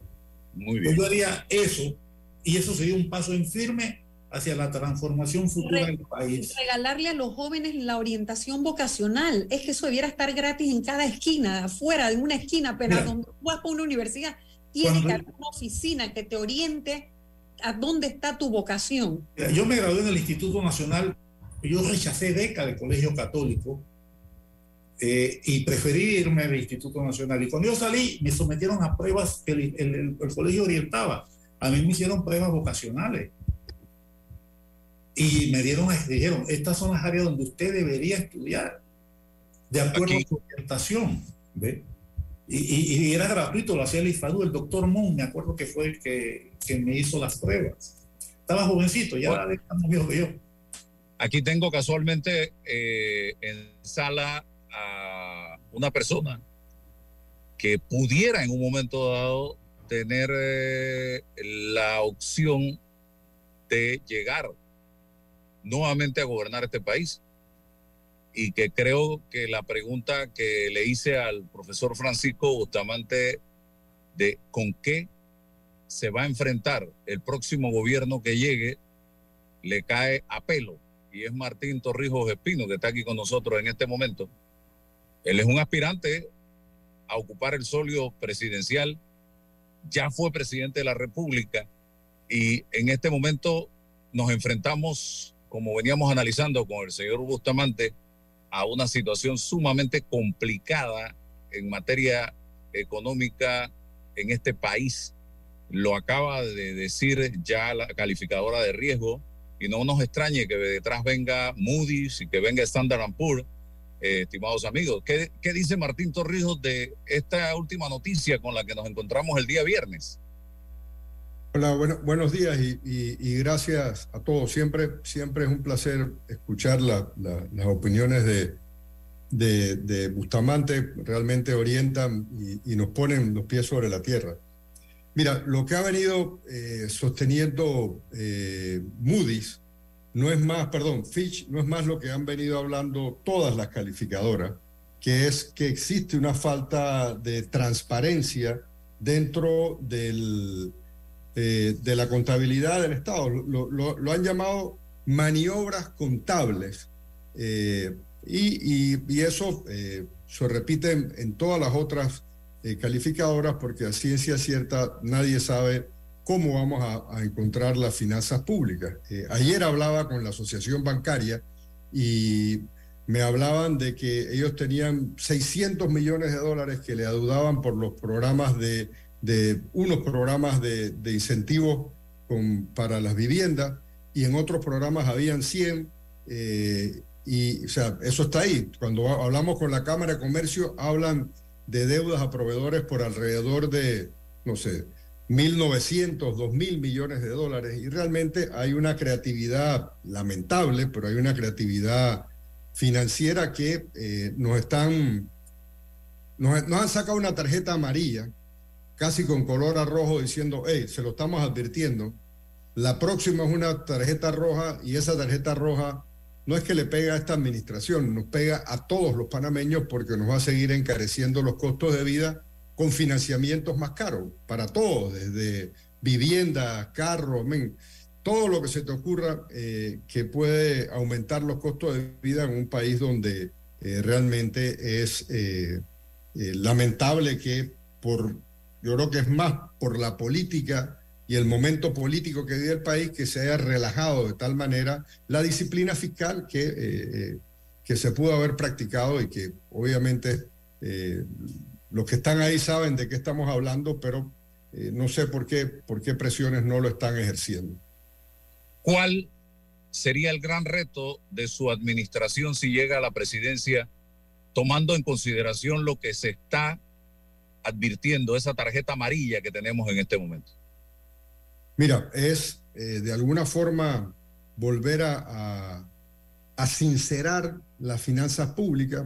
S15: Muy bien.
S21: Yo haría eso, y eso sería un paso en firme hacia la transformación futura
S3: Re-
S21: del país.
S3: Regalarle a los jóvenes la orientación vocacional, es que eso debiera estar gratis en cada esquina, afuera de una esquina, pero
S21: Mira,
S3: donde tú vas para una universidad, tiene
S21: cuando-
S3: que haber una oficina que te oriente a dónde está tu vocación.
S21: Mira, yo me gradué en el Instituto Nacional, yo rechacé beca de colegio católico eh, y preferí irme al Instituto Nacional. Y cuando yo salí, me sometieron a pruebas que el, el- el- el colegio orientaba. A mí me hicieron pruebas vocacionales. Y me dieron, dijeron, estas son las áreas donde usted debería estudiar, de acuerdo
S15: Aquí.
S21: a su orientación. ¿Ve? Y, y- y era gratuito, lo hacía el IFADU, el doctor Mon, me acuerdo que fue el que, que me hizo las pruebas. Estaba jovencito, ya
S15: Bueno.
S21: era más viejo que yo.
S15: Aquí tengo casualmente eh, en sala a una persona que pudiera en un momento dado tener eh, la opción de llegar nuevamente a gobernar este país, y que creo que la pregunta que le hice al profesor Francisco Bustamante de con qué se va a enfrentar el próximo gobierno que llegue le cae a pelo, y es Martín Torrijos Espino, que está aquí con nosotros en este momento. Él es un aspirante a ocupar el solio presidencial, ya fue presidente de la República, y en este momento nos enfrentamos, como veníamos analizando con el señor Bustamante, a una situación sumamente complicada en materia económica en este país. Lo acaba de decir ya la calificadora de riesgo, y no nos extrañe que detrás venga Moody's y que venga Standard and Poor's, eh, estimados amigos. ¿Qué, ¿Qué dice Martín Torrijos de esta última noticia con la que nos encontramos el día viernes?
S4: Hola, bueno, buenos días y, y, y gracias a todos. Siempre, siempre es un placer escuchar la, la, las opiniones de, de, de Bustamante. Realmente orientan y, y nos ponen los pies sobre la tierra. Mira, lo que ha venido eh, sosteniendo eh, Moody's no es más, perdón, Fitch no es más lo que han venido hablando todas las calificadoras, que es que existe una falta de transparencia dentro del, eh, de la contabilidad del Estado. Lo, lo, lo han llamado maniobras contables eh, y, y, y eso eh, se repite en, en todas las otras eh, calificadoras, porque a ciencia cierta nadie sabe cómo vamos a, a encontrar las finanzas públicas. Eh, ayer hablaba con la Asociación Bancaria y me hablaban de que ellos tenían seiscientos millones de dólares que le adeudaban por los programas de, de unos programas de, de incentivos con, para las viviendas, y en otros programas habían cien, eh, y o sea, eso está ahí. Cuando hablamos con la Cámara de Comercio, hablan de deudas a proveedores por alrededor de, no sé, mil novecientos, dos mil millones de dólares, y realmente hay una creatividad lamentable, pero hay una creatividad financiera que eh, nos están, nos, nos han sacado una tarjeta amarilla, casi con color a rojo, diciendo, hey, se lo estamos advirtiendo, la próxima es una tarjeta roja, y esa tarjeta roja no es que le pega a esta administración, nos pega a todos los panameños, porque nos va a seguir encareciendo los costos de vida con financiamientos más caros para todos, desde vivienda, carros, men, todo lo que se te ocurra eh, que puede aumentar los costos de vida en un país donde eh, realmente es eh, eh, lamentable que por, yo creo que es más por la política y el momento político que vive el país, que se haya relajado de tal manera la disciplina fiscal que, eh, eh, que se pudo haber practicado, y que obviamente eh, los que están ahí saben de qué estamos hablando, pero eh, no sé por qué, por qué presiones no lo están ejerciendo.
S15: ¿Cuál sería el gran reto de su administración si llega a la presidencia, tomando en consideración lo que se está advirtiendo, esa tarjeta amarilla que tenemos en este momento?
S4: Mira, es eh, de alguna forma volver a, a, a sincerar las finanzas públicas,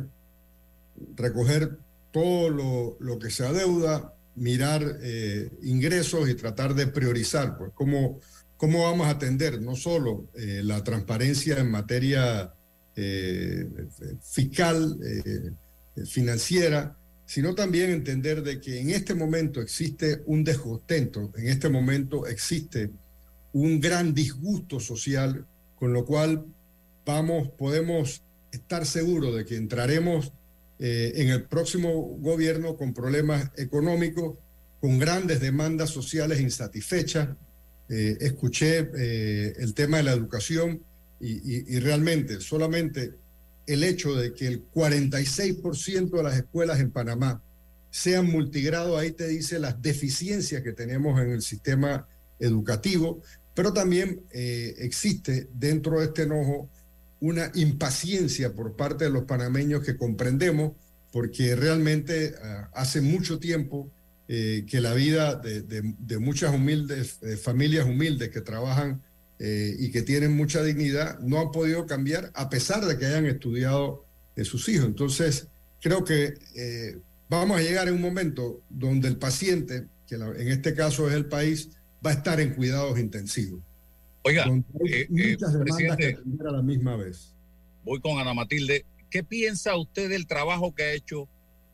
S4: recoger todo lo, lo que se adeuda, mirar eh, ingresos y tratar de priorizar, pues cómo, cómo vamos a atender no solo eh, la transparencia en materia eh, fiscal, eh, financiera, sino también entender de que en este momento existe un descontento, en este momento existe un gran disgusto social, con lo cual vamos, podemos estar seguros de que entraremos eh, en el próximo gobierno con problemas económicos, con grandes demandas sociales insatisfechas. Eh, escuché eh, el tema de la educación y, y, y realmente solamente el hecho de que el cuarenta y seis por ciento de las escuelas en Panamá sean multigrado, ahí te dice las deficiencias que tenemos en el sistema educativo, pero también eh, existe dentro de este enojo una impaciencia por parte de los panameños que comprendemos, porque realmente uh, hace mucho tiempo eh, que la vida de, de, de muchas humildes, de familias humildes que trabajan Eh, y que tienen mucha dignidad, no han podido cambiar a pesar de que hayan estudiado eh, sus hijos. Entonces, creo que eh, vamos a llegar en un momento donde el paciente, que la, en este caso es el país, va a estar en cuidados intensivos.
S15: Oiga,
S4: eh, muchas
S15: eh,
S4: demandas que atender a la misma vez.
S15: Voy con Ana Matilde. ¿Qué piensa usted del trabajo que ha hecho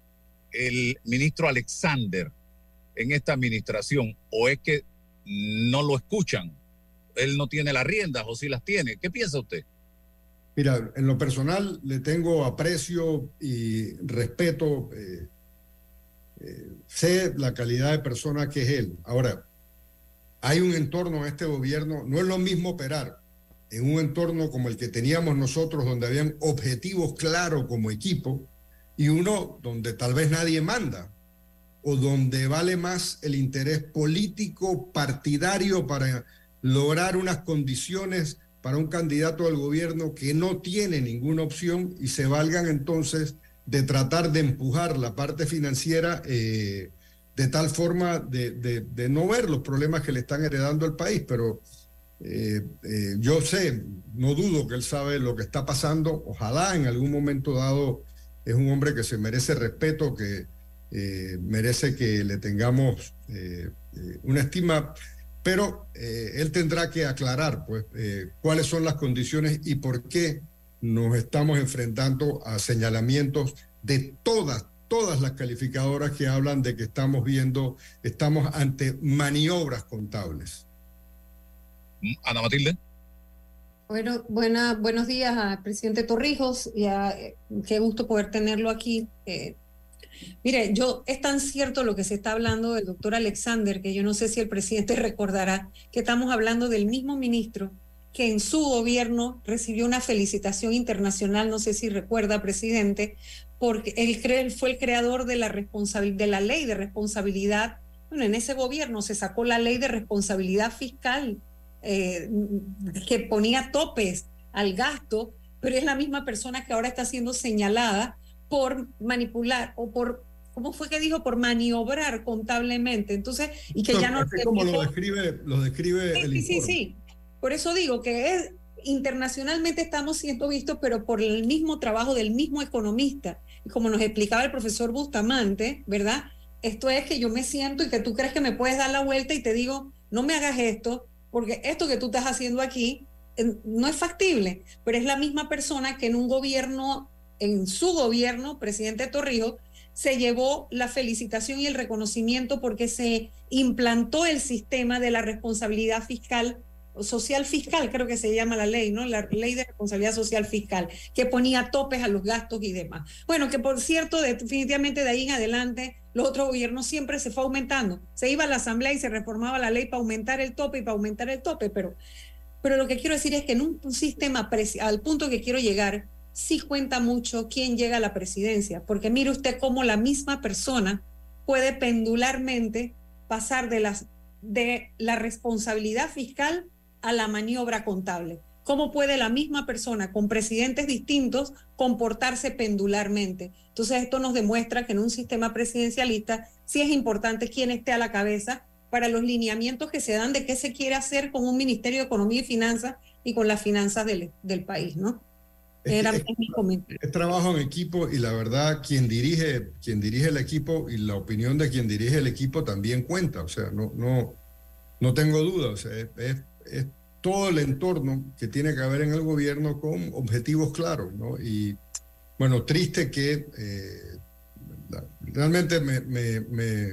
S15: el ministro Alexander en esta administración? ¿O es que no lo escuchan? Él no tiene las riendas, o sí las tiene. ¿Qué piensa usted?
S4: Mira, en lo personal le tengo aprecio y respeto. Eh, eh, sé la calidad de persona que es él. Ahora, hay un entorno en este gobierno, no es lo mismo operar en un entorno como el que teníamos nosotros, donde habían objetivos claros como equipo, y uno donde tal vez nadie manda, o donde vale más el interés político partidario para lograr unas condiciones para un candidato al gobierno que no tiene ninguna opción, y se valgan entonces de tratar de empujar la parte financiera eh, de tal forma de, de, de no ver los problemas que le están heredando al país. Pero eh, eh, yo sé, no dudo que él sabe lo que está pasando. Ojalá en algún momento dado, es un hombre que se merece respeto, que eh, merece que le tengamos eh, eh, una estima, pero eh, él tendrá que aclarar pues, eh, cuáles son las condiciones y por qué nos estamos enfrentando a señalamientos de todas, todas las calificadoras que hablan de que estamos viendo, estamos ante maniobras contables.
S15: Ana Matilde.
S3: Bueno, buena, buenos días al presidente Torrijos, y a, eh, qué gusto poder tenerlo aquí. Eh, mire, yo es tan cierto lo que se está hablando del doctor Alexander, que yo no sé si el presidente recordará que estamos hablando del mismo ministro que en su gobierno recibió una felicitación internacional, no sé si recuerda, presidente, porque él, él fue el creador de la, responsabil- de la ley de responsabilidad. Bueno, en ese gobierno se sacó la ley de responsabilidad fiscal, Eh, que ponía topes al gasto, pero es la misma persona que ahora está siendo señalada por manipular o por, ¿cómo fue que dijo? Por maniobrar contablemente. Entonces, y que
S4: no,
S3: ya no...
S4: es como lo describe, lo describe
S3: sí,
S4: el
S3: sí,
S4: informe.
S3: sí, sí. Por eso digo que es, internacionalmente estamos siendo vistos, pero por el mismo trabajo del mismo economista. Y como nos explicaba el profesor Bustamante, ¿verdad? Esto es que yo me siento y que tú crees que me puedes dar la vuelta y te digo, no me hagas esto, porque esto que tú estás haciendo aquí eh, no es factible, pero es la misma persona que en un gobierno, en su gobierno, presidente Torrijos, se llevó la felicitación y el reconocimiento porque se implantó el sistema de la responsabilidad fiscal, social fiscal, creo que se llama la ley, ¿no? La ley de responsabilidad social fiscal, que ponía topes a los gastos y demás. Bueno, que por cierto, definitivamente de ahí en adelante, los otros gobiernos siempre se fue aumentando. Se iba a la asamblea y se reformaba la ley para aumentar el tope y para aumentar el tope, pero, pero lo que quiero decir es que en un, un sistema, al punto que quiero llegar, sí cuenta mucho quién llega a la presidencia, porque mire usted cómo la misma persona puede pendularmente pasar de, las, de la responsabilidad fiscal a la maniobra contable. ¿Cómo puede la misma persona con presidentes distintos comportarse pendularmente? Entonces esto nos demuestra que en un sistema presidencialista sí es importante quién esté a la cabeza para los lineamientos que se dan de qué se quiere hacer con un Ministerio de Economía y Finanzas y con las finanzas del, del país, ¿no? Era
S4: es,
S3: mi comentario.
S4: Es trabajo en equipo y la verdad quien dirige, quien dirige el equipo y la opinión de quien dirige el equipo también cuenta, o sea, no, no, no tengo duda, o sea, es, es, es todo el entorno que tiene que haber en el gobierno con objetivos claros, ¿no? Y bueno, triste que eh, realmente me, me, me,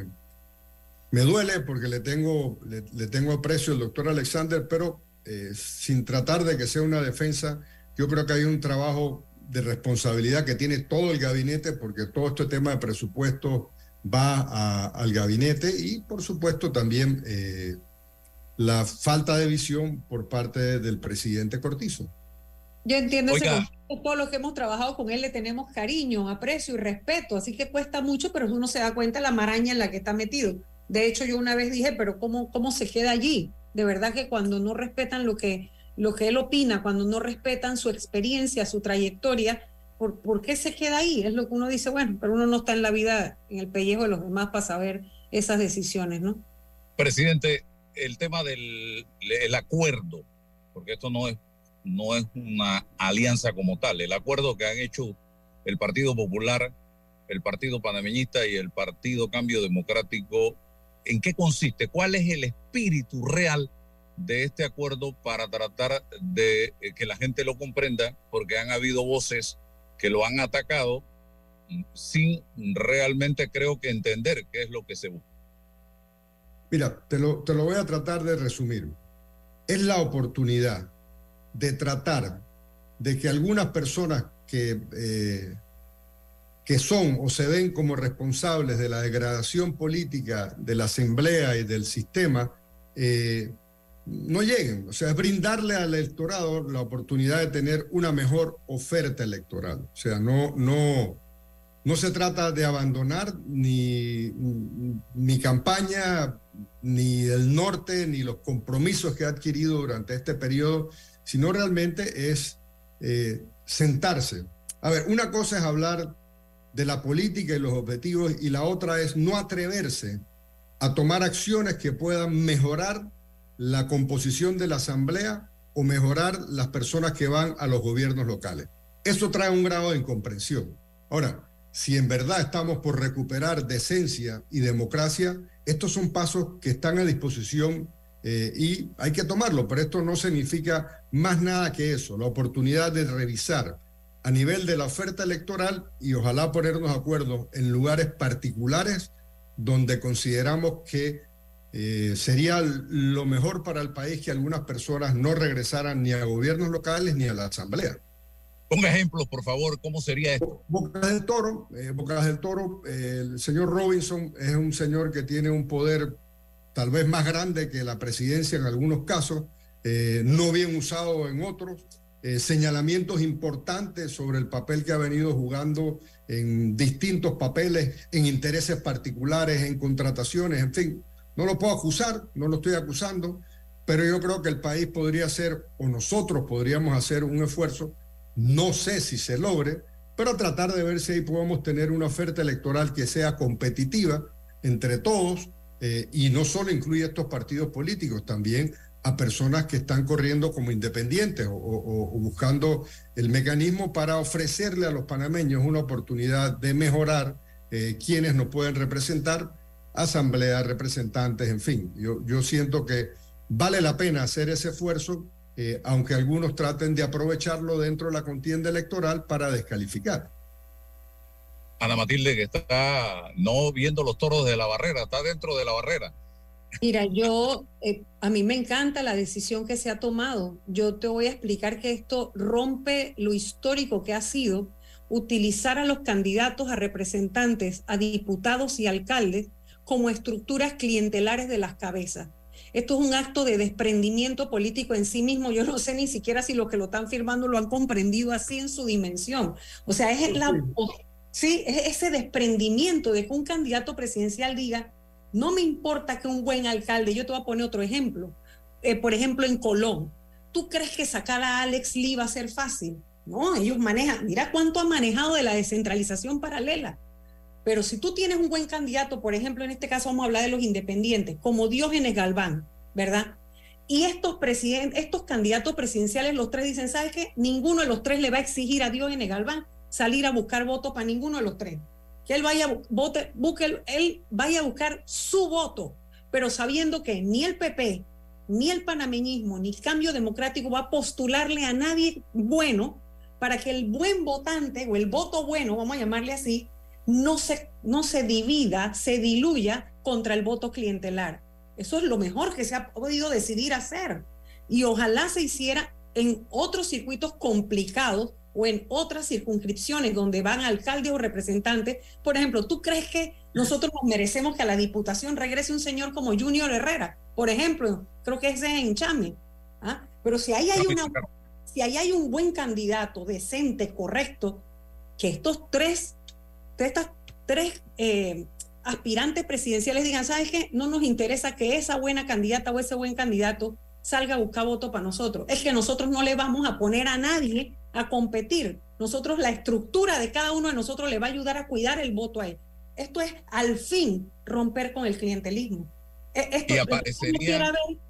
S4: me duele porque le tengo, le, le tengo aprecio al doctor Alexander, pero eh, sin tratar de que sea una defensa, yo creo que hay un trabajo de responsabilidad que tiene todo el gabinete, porque todo este tema de presupuesto va a, al gabinete y por supuesto también eh, la falta de visión por parte del presidente Cortizo.
S3: Yo entiendo ese
S15: Oiga.
S3: concepto, todos los que hemos trabajado con él le tenemos cariño, aprecio y respeto, así que cuesta mucho, pero uno se da cuenta de la maraña en la que está metido. De hecho, yo una vez dije, pero ¿cómo, cómo se queda allí? De verdad que cuando no respetan lo que, lo que él opina, cuando no respetan su experiencia, su trayectoria, ¿por, ¿por qué se queda ahí? Es lo que uno dice, bueno, pero uno no está en la vida, en el pellejo de los demás para saber esas decisiones, ¿no?
S15: Presidente, el tema del el acuerdo, porque esto no es, no es una alianza como tal, el acuerdo que han hecho el Partido Popular, el Partido Panameñista y el Partido Cambio Democrático, ¿en qué consiste? ¿Cuál es el espíritu real de este acuerdo para tratar de que la gente lo comprenda? Porque han habido voces que lo han atacado sin realmente, creo que, entender qué es lo que se busca.
S4: Mira, te lo, te lo voy a tratar de resumir. Es la oportunidad de tratar de que algunas personas que, eh, que son o se ven como responsables de la degradación política de la Asamblea y del sistema eh, no lleguen. O sea, es brindarle al electorado la oportunidad de tener una mejor oferta electoral. O sea, no... no No se trata de abandonar ni mi campaña, ni el norte, ni los compromisos que ha adquirido durante este periodo, sino realmente es eh, sentarse. A ver, una cosa es hablar de la política y los objetivos, y la otra es no atreverse a tomar acciones que puedan mejorar la composición de la asamblea o mejorar las personas que van a los gobiernos locales. Eso trae un grado de incomprensión. Ahora, si en verdad estamos por recuperar decencia y democracia, estos son pasos que están a disposición eh, y hay que tomarlo, pero esto no significa más nada que eso, la oportunidad de revisar a nivel de la oferta electoral y ojalá ponernos de acuerdo en lugares particulares donde consideramos que eh, sería lo mejor para el país que algunas personas no regresaran ni a gobiernos locales ni a la asamblea.
S15: Ponga ejemplos, por favor, ¿cómo sería esto?
S4: Bocas del Toro, eh, Bocas del Toro, eh, el señor Robinson es un señor que tiene un poder tal vez más grande que la presidencia en algunos casos, eh, no bien usado en otros, eh, señalamientos importantes sobre el papel que ha venido jugando en distintos papeles, en intereses particulares, en contrataciones, en fin. No lo puedo acusar, no lo estoy acusando, pero yo creo que el país podría hacer, o nosotros podríamos hacer un esfuerzo, no sé si se logre, pero tratar de ver si ahí podemos tener una oferta electoral que sea competitiva entre todos eh, y no solo incluye a estos partidos políticos, también a personas que están corriendo como independientes o, o, o buscando el mecanismo para ofrecerle a los panameños una oportunidad de mejorar eh, quienes nos pueden representar, asambleas, representantes, en fin. Yo, yo siento que vale la pena hacer ese esfuerzo, eh, aunque algunos traten de aprovecharlo dentro de la contienda electoral para descalificar.
S15: Ana Matilde, que está no viendo los toros de la barrera, está dentro de la barrera.
S3: Mira, yo, eh, a mí me encanta la decisión que se ha tomado. Yo te voy a explicar que esto rompe lo histórico que ha sido utilizar a los candidatos a representantes, a diputados y alcaldes como estructuras clientelares de las cabezas. Esto es un acto de desprendimiento político en sí mismo. Yo no sé ni siquiera si los que lo están firmando lo han comprendido así en su dimensión. O sea, es, la, sí, es ese desprendimiento de que un candidato presidencial diga: no me importa que un buen alcalde, yo te voy a poner otro ejemplo, eh, por ejemplo en Colón, ¿tú crees que sacar a Alex Lee va a ser fácil? No, ellos manejan, mira cuánto han manejado de la descentralización paralela. Pero si tú tienes un buen candidato, por ejemplo, en este caso vamos a hablar de los independientes, como Diógenes Galván, ¿verdad? Y estos, presidentes, estos candidatos presidenciales, los tres dicen: ¿sabes qué? Ninguno de los tres le va a exigir a Diógenes Galván salir a buscar votos para ninguno de los tres. Que él vaya, vote, busque, él vaya a buscar su voto, pero sabiendo que ni el P P, ni el panameñismo, ni el Cambio Democrático va a postularle a nadie bueno para que el buen votante, o el voto bueno, vamos a llamarle así, no se, no se divida, se diluya contra el voto clientelar. Eso es lo mejor que se ha podido decidir hacer. Y ojalá se hiciera en otros circuitos complicados o en otras circunscripciones donde van alcaldes o representantes. Por ejemplo, ¿tú crees que nosotros nos merecemos que a la diputación regrese un señor como Junior Herrera? Por ejemplo, creo que ese es en Chame. ¿Ah? Pero si ahí hay una, si ahí hay un buen candidato, decente, correcto, que estos tres, estas tres eh, aspirantes presidenciales digan: ¿sabes qué? No nos interesa que esa buena candidata o ese buen candidato salga a buscar voto para nosotros. Es que nosotros no le vamos a poner a nadie a competir. Nosotros, la estructura de cada uno de nosotros le va a ayudar a cuidar el voto a él. Esto es, al fin, romper con el clientelismo. Esto,
S15: y aparecería,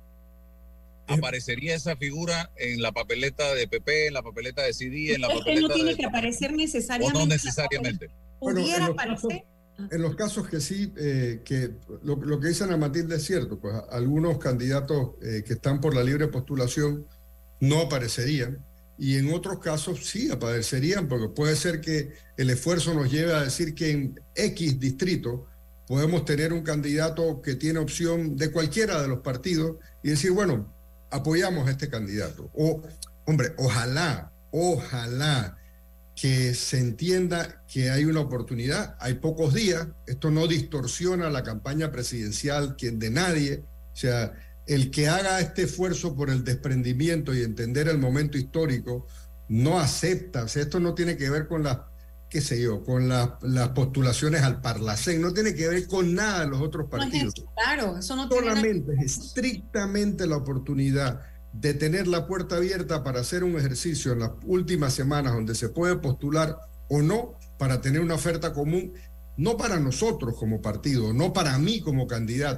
S15: aparecería esa figura en la papeleta de P P, en la papeleta de C D, en la papeleta
S3: él no tiene
S15: de...
S3: que aparecer necesariamente.
S15: O no necesariamente.
S4: Bueno,
S3: Pudiera
S4: en los
S3: aparecer.
S4: Casos, en los casos que sí, eh, que lo, lo que dice Ana Matilde es cierto, pues algunos candidatos eh, que están por la libre postulación no aparecerían, y en otros casos sí aparecerían, porque puede ser que el esfuerzo nos lleve a decir que en X distrito podemos tener un candidato que tiene opción de cualquiera de los partidos y decir, bueno, apoyamos a este candidato. O, hombre, ojalá, ojalá que se entienda que hay una oportunidad, hay pocos días, esto no distorsiona la campaña presidencial de nadie, o sea, el que haga este esfuerzo por el desprendimiento y entender el momento histórico no acepta, o sea, esto no tiene que ver con las, qué sé yo, con la, las postulaciones al Parlacén, no tiene que ver con nada de los otros partidos.
S3: No es, claro, eso no
S4: solamente tiene... es estrictamente la oportunidad de tener la puerta abierta para hacer un ejercicio en las últimas semanas donde se puede postular o no, para tener una oferta común, no para nosotros como partido, no para mí como candidato,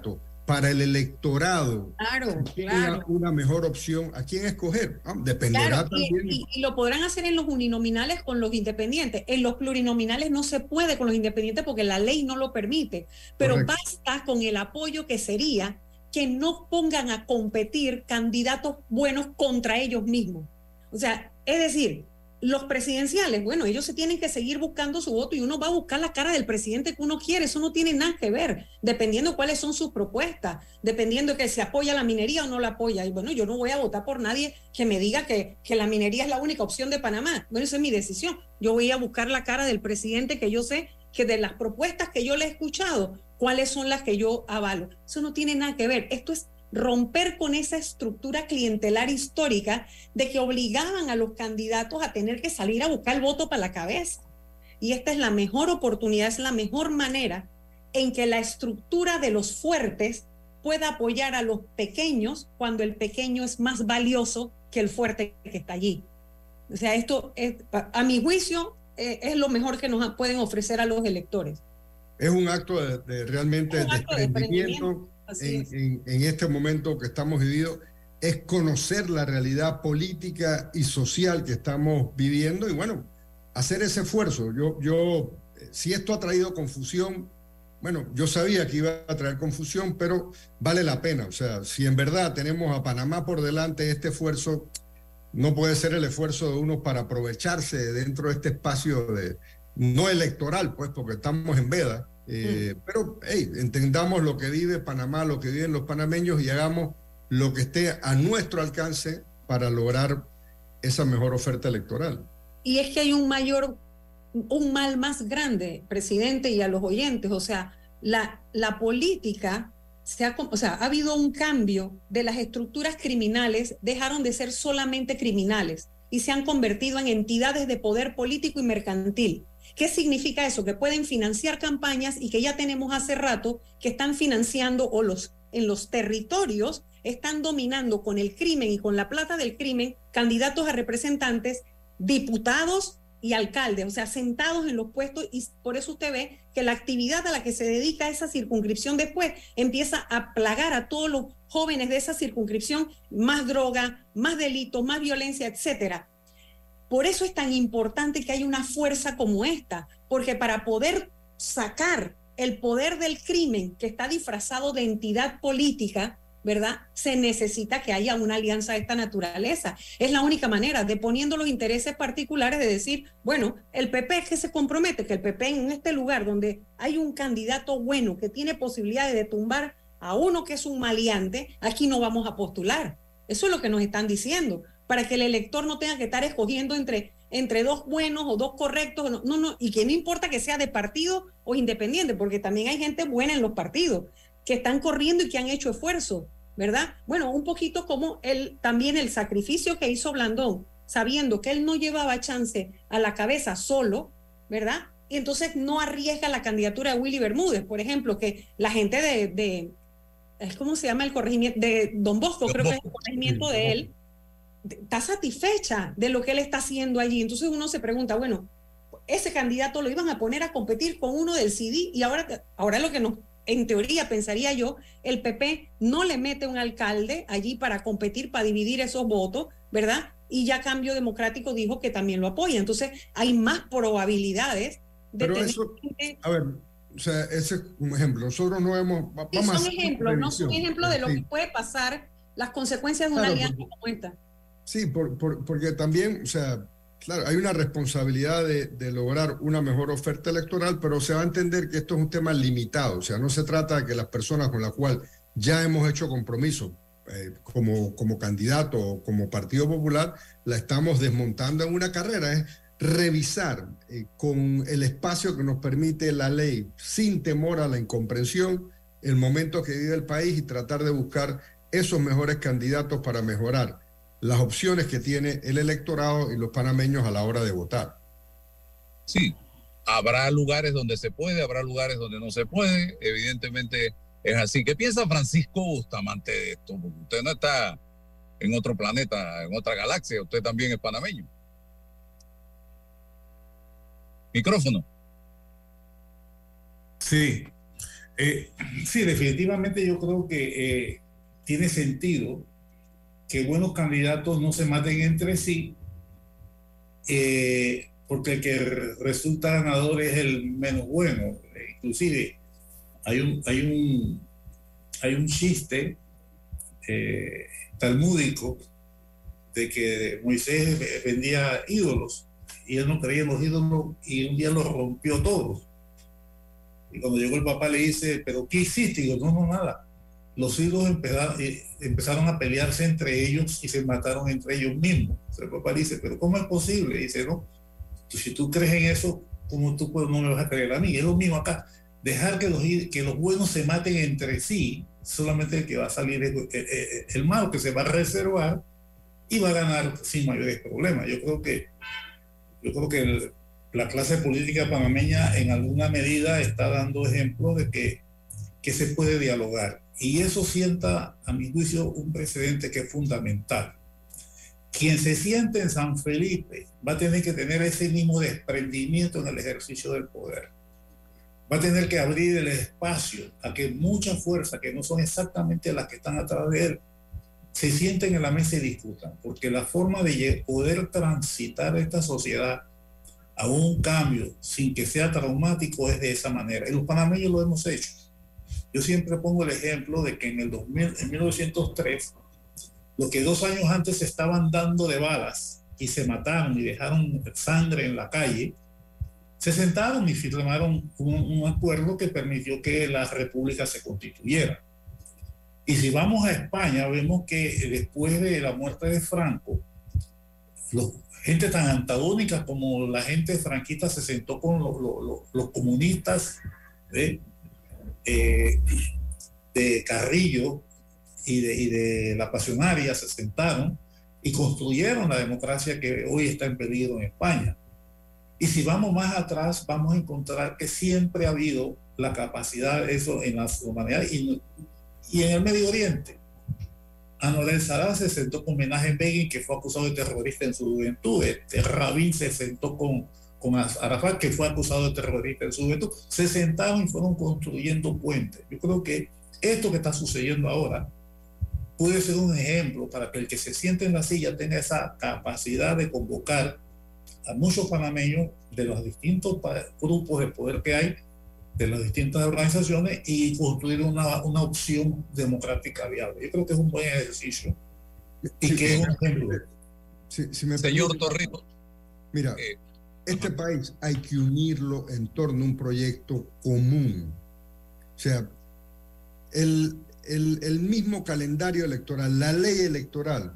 S4: para el electorado
S3: claro,
S4: tenga
S3: claro.
S4: una mejor opción a quién escoger. Ah, dependerá
S3: Claro,
S4: también.
S3: y, y, y lo podrán hacer en los uninominales con los independientes. En los plurinominales no se puede con los independientes porque la ley no lo permite. Pero
S4: Correcto.
S3: basta con el apoyo que sería que no pongan a competir candidatos buenos contra ellos mismos. O sea, es decir, los presidenciales, bueno, ellos se tienen que seguir buscando su voto y uno va a buscar la cara del presidente que uno quiere. Eso no tiene nada que ver, dependiendo cuáles son sus propuestas, dependiendo de que se apoya la minería o no la apoya. Y bueno, yo no voy a votar por nadie que me diga que, que la minería es la única opción de Panamá. Bueno, esa es mi decisión. Yo voy a buscar la cara del presidente que yo sé que de las propuestas que yo le he escuchado, cuáles son las que yo avalo. Eso no tiene nada que ver. Esto es romper con esa estructura clientelar histórica de que obligaban a los candidatos a tener que salir a buscar el voto para la cabeza. Y esta es la mejor oportunidad, es la mejor manera en que la estructura de los fuertes pueda apoyar a los pequeños cuando el pequeño es más valioso que el fuerte que está allí. O sea, esto es, a mi juicio, eh, es lo mejor que nos pueden ofrecer a los electores.
S4: Es un acto de, de realmente
S3: Es un
S4: de
S3: acto de
S4: desprendimiento en, en, en este momento que estamos viviendo, es conocer la realidad política y social que estamos viviendo y bueno, hacer ese esfuerzo. Yo, yo, si esto ha traído confusión, bueno, yo sabía que iba a traer confusión, pero vale la pena. O sea, si en verdad tenemos a Panamá por delante, este esfuerzo no puede ser el esfuerzo de unos para aprovecharse dentro de este espacio de, no electoral, pues, porque estamos en veda. Eh, mm. Pero hey, entendamos lo que vive Panamá, lo que viven los panameños y hagamos lo que esté a nuestro alcance para lograr esa mejor oferta electoral.
S3: Y es que hay un mayor, un mal más grande, presidente, y a los oyentes, o sea, la, la política, se ha, o sea, ha habido un cambio de las estructuras criminales, dejaron de ser solamente criminales y se han convertido en entidades de poder político y mercantil. ¿Qué significa eso? Que pueden financiar campañas y que ya tenemos hace rato que están financiando o los, en los territorios están dominando con el crimen y con la plata del crimen candidatos a representantes, diputados y alcaldes, o sea, sentados en los puestos, y por eso usted ve que la actividad a la que se dedica esa circunscripción después empieza a plagar a todos los jóvenes de esa circunscripción, más droga, más delitos, más violencia, etcétera. Por eso es tan importante que haya una fuerza como esta, porque para poder sacar el poder del crimen que está disfrazado de entidad política, ¿verdad? Se necesita que haya una alianza de esta naturaleza. Es la única manera, de poniendo los intereses particulares, de decir, bueno, el P P es que se compromete, que el P P en este lugar donde hay un candidato bueno que tiene posibilidades de tumbar a uno que es un maleante, aquí no vamos a postular. Eso es lo que nos están diciendo, para que el elector no tenga que estar escogiendo entre, entre dos buenos o dos correctos, no, no, no, y que no importa que sea de partido o independiente, porque también hay gente buena en los partidos, que están corriendo y que han hecho esfuerzo, ¿verdad? Bueno, un poquito como el, también el sacrificio que hizo Blandón, sabiendo que él no llevaba chance a la cabeza solo, ¿verdad? Y entonces no arriesga la candidatura de Willy Bermúdez, por ejemplo, que la gente de, de ¿cómo se llama el corregimiento? De Don Bosco, Don creo Bosco. que es el corregimiento de él, está satisfecha de lo que él está haciendo allí. Entonces uno se pregunta, bueno, ese candidato lo iban a poner a competir con uno del C I D I y ahora, ahora lo que nos, en teoría pensaría yo, el P P no le mete un alcalde allí para competir, para dividir esos votos, ¿verdad? Y ya Cambio Democrático dijo que también lo apoya. Entonces hay más probabilidades de
S4: Pero
S3: tener
S4: eso,
S3: gente...
S4: a ver, o sea, ese es un ejemplo. Nosotros no hemos... Vamos
S3: Sí,
S4: a
S3: son
S4: hacer
S3: ejemplos, no son ejemplos de lo
S4: sí.
S3: que puede pasar, las consecuencias de una
S4: Claro,
S3: alianza
S4: porque-
S3: como esta.
S4: Sí, por, por- porque también, o sea, claro, hay una responsabilidad de, de lograr una mejor oferta electoral, pero se va a entender que esto es un tema limitado. O sea, no se trata de que las personas con las cuales ya hemos hecho compromiso eh, como, como candidato o como Partido Popular, la estamos desmontando en una carrera. Es revisar eh, con el espacio que nos permite la ley, sin temor a la incomprensión, el momento que vive el país y tratar de buscar esos mejores candidatos para mejorar las opciones que tiene el electorado y los panameños a la hora de votar.
S15: Sí, habrá lugares donde se puede, habrá lugares donde no se puede, evidentemente es así. ¿Qué piensa Francisco Bustamante de esto? Porque usted no está en otro planeta, en otra galaxia, usted también es panameño. Micrófono.
S21: Sí. Eh, sí, definitivamente yo creo que eh, tiene sentido que buenos candidatos no se maten entre sí, eh, porque el que resulta ganador es el menos bueno. Inclusive hay un, hay un, hay un chiste eh, talmúdico de que Moisés vendía ídolos y él no creía en los ídolos y un día los rompió todos. Y cuando llegó el papá le dice, ¿pero qué hiciste? Y digo, no, no, nada. Los ídolos empezaron, eh, empezaron a pelearse entre ellos y se mataron entre ellos mismos. Entonces el papá le dice, ¿pero cómo es posible? Y dice, no, si tú crees en eso, ¿cómo tú pues, no me vas a creer a mí? Y es lo mismo acá. Dejar que los, que los buenos se maten entre sí, solamente el que va a salir es el, el, el malo, que se va a reservar y va a ganar sin mayores problemas. Yo creo que, yo creo que el, la clase política panameña en alguna medida está dando ejemplos de que, que se puede dialogar. Y eso sienta, a mi juicio, un precedente que es fundamental. Quien se siente en San Felipe va a tener que tener ese mismo desprendimiento en el ejercicio del poder. Va a tener que abrir el espacio a que muchas fuerzas que no son exactamente las que están atrás de él se sienten en la mesa y discutan, porque la forma de poder transitar esta sociedad a un cambio sin que sea traumático es de esa manera. Y los panameños lo hemos hecho. Yo siempre pongo el ejemplo de que en el dos mil, en mil novecientos tres, los que dos años antes se estaban dando de balas y se mataron y dejaron sangre en la calle, se sentaron y firmaron un, un acuerdo que permitió que la república se constituyera. Y si vamos a España, vemos que después de la muerte de Franco, los, gente tan antagónica como la gente franquista se sentó con los, los, los comunistas de, eh, de Carrillo y de, y de la Pasionaria, se sentaron y construyeron la democracia que hoy está en peligro en España. Y si vamos más atrás, vamos a encontrar que siempre ha habido la capacidad de eso en las humanidades y, y en el Medio Oriente. Anwar el-Sadat se sentó con Menachem Begin, que fue acusado de terrorista en su juventud. Este, Rabin se sentó con, con Arafat, que fue acusado de terrorista en su juventud. Se sentaron y fueron construyendo puentes. Yo creo que esto que está sucediendo ahora puede ser un ejemplo para que el que se siente en la silla tenga esa capacidad de convocar a muchos panameños de los distintos grupos de poder que hay, de las distintas organizaciones, y construir una, una opción democrática viable. Yo creo que es un buen ejercicio y
S4: sí,
S21: que es un ejemplo.
S4: Si, si me
S15: Señor
S4: permite,
S15: Torrijos.
S4: Mira,
S15: Eh,
S4: este
S15: ajá.
S4: país hay que unirlo en torno a un proyecto común. O sea, el, el, el mismo calendario electoral, la ley electoral,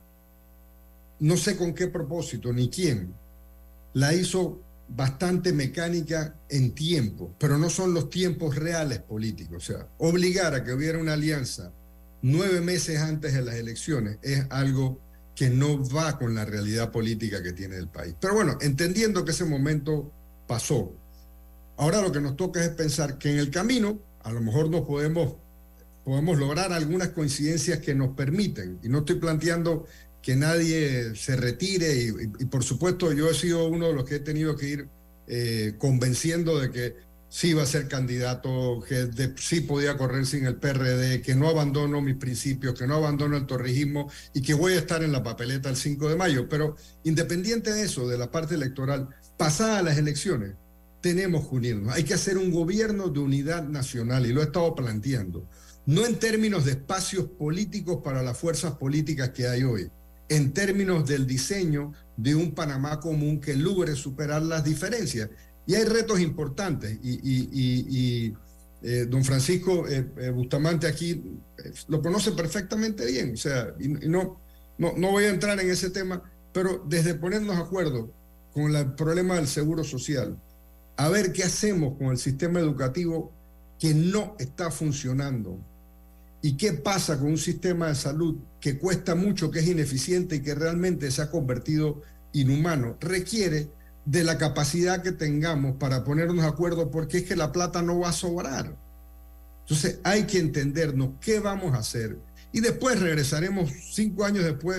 S4: no sé con qué propósito ni quién, la hizo bastante mecánica en tiempo, pero no son los tiempos reales políticos. O sea, obligar a que hubiera una alianza nueve meses antes de las elecciones es algo que no va con la realidad política que tiene el país. Pero bueno, entendiendo que ese momento pasó, ahora lo que nos toca es pensar que en el camino a lo mejor nos podemos, podemos lograr algunas coincidencias que nos permiten, y no estoy planteando que nadie se retire, y, y, y por supuesto yo he sido uno de los que he tenido que ir eh, convenciendo de que sí va a ser candidato, que de, sí podía correr sin el P R D, que no abandono mis principios, que no abandono el torrijismo y que voy a estar en la papeleta el cinco de mayo. Pero independiente de eso, de la parte electoral, pasadas las elecciones, tenemos que unirnos. Hay que hacer un gobierno de unidad nacional, y lo he estado planteando, no en términos de espacios políticos para las fuerzas políticas que hay hoy, en términos del diseño de un Panamá común que logre superar las diferencias. Y hay retos importantes, y, y, y, y eh, don Francisco eh, eh, Bustamante aquí eh, lo conoce perfectamente bien, o sea, y, y no, no, no voy a entrar en ese tema, pero desde ponernos de acuerdo con el problema del seguro social, a ver qué hacemos con el sistema educativo que no está funcionando, y qué pasa con un sistema de salud que cuesta mucho, que es ineficiente y que realmente se ha convertido inhumano, requiere de la capacidad que tengamos para ponernos de acuerdo, porque es que la plata no va a sobrar. Entonces hay que entendernos qué vamos a hacer, y después regresaremos cinco años después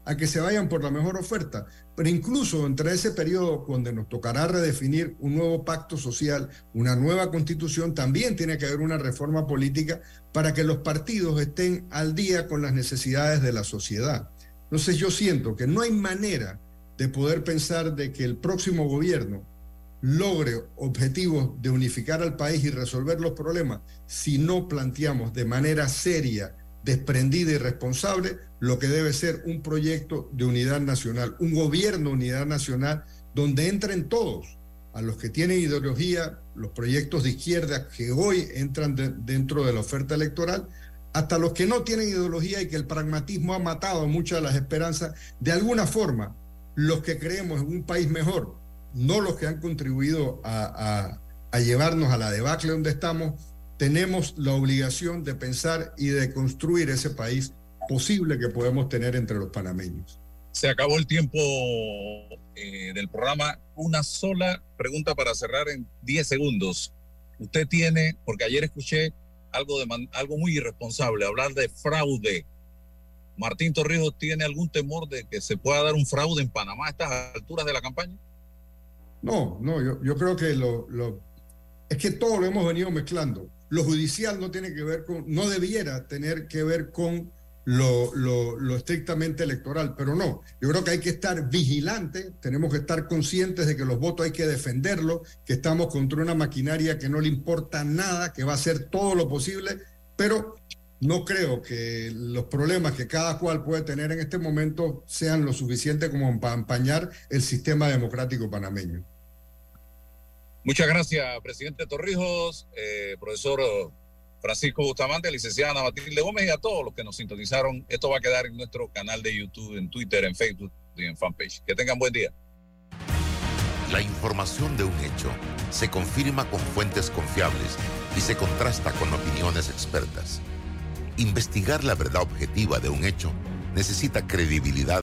S4: a que se vayan por la mejor oferta. Pero incluso entre ese periodo donde nos tocará redefinir un nuevo pacto social, una nueva constitución, también tiene que haber una reforma política para que los partidos estén al día con las necesidades de la sociedad. Entonces yo siento que no hay manera de poder pensar de que el próximo gobierno logre objetivos de unificar al país y resolver los problemas si no planteamos de manera seria, desprendida y responsable lo que debe ser un proyecto de unidad nacional, un gobierno de unidad nacional donde entren todos, a los que tienen ideología, los proyectos de izquierda que hoy entran de, dentro de la oferta electoral, hasta los que no tienen ideología y que el pragmatismo ha matado muchas de las esperanzas. De alguna forma, los que creemos en un país mejor, no los que han contribuido a, a, a llevarnos a la debacle donde estamos, tenemos la obligación de pensar y de construir ese país posible que podemos tener entre los panameños.
S15: Se acabó el tiempo eh, del programa. Una sola pregunta para cerrar en diez segundos. Usted tiene, porque ayer escuché algo, de man, algo muy irresponsable, hablar de fraude. ¿Martín Torrijos tiene algún temor de que se pueda dar un fraude en Panamá a estas alturas de la campaña?
S4: No, no, yo, yo creo que lo, lo, es que todo lo hemos venido mezclando. Lo judicial no tiene que ver con, no debiera tener que ver con lo, lo, lo estrictamente electoral, pero no. Yo creo que hay que estar vigilantes, tenemos que estar conscientes de que los votos hay que defenderlos, que estamos contra una maquinaria que no le importa nada, que va a hacer todo lo posible, pero no creo que los problemas que cada cual puede tener en este momento sean lo suficiente como para empañar el sistema democrático panameño.
S15: Muchas gracias, presidente Torrijos, eh, profesor Francisco Bustamante, licenciada Ana Matilde Gómez y a todos los que nos sintonizaron. Esto va a quedar en nuestro canal de YouTube, en Twitter, en Facebook y en fanpage. Que tengan buen día.
S1: La información de un hecho se confirma con fuentes confiables y se contrasta con opiniones expertas. Investigar la verdad objetiva de un hecho necesita credibilidad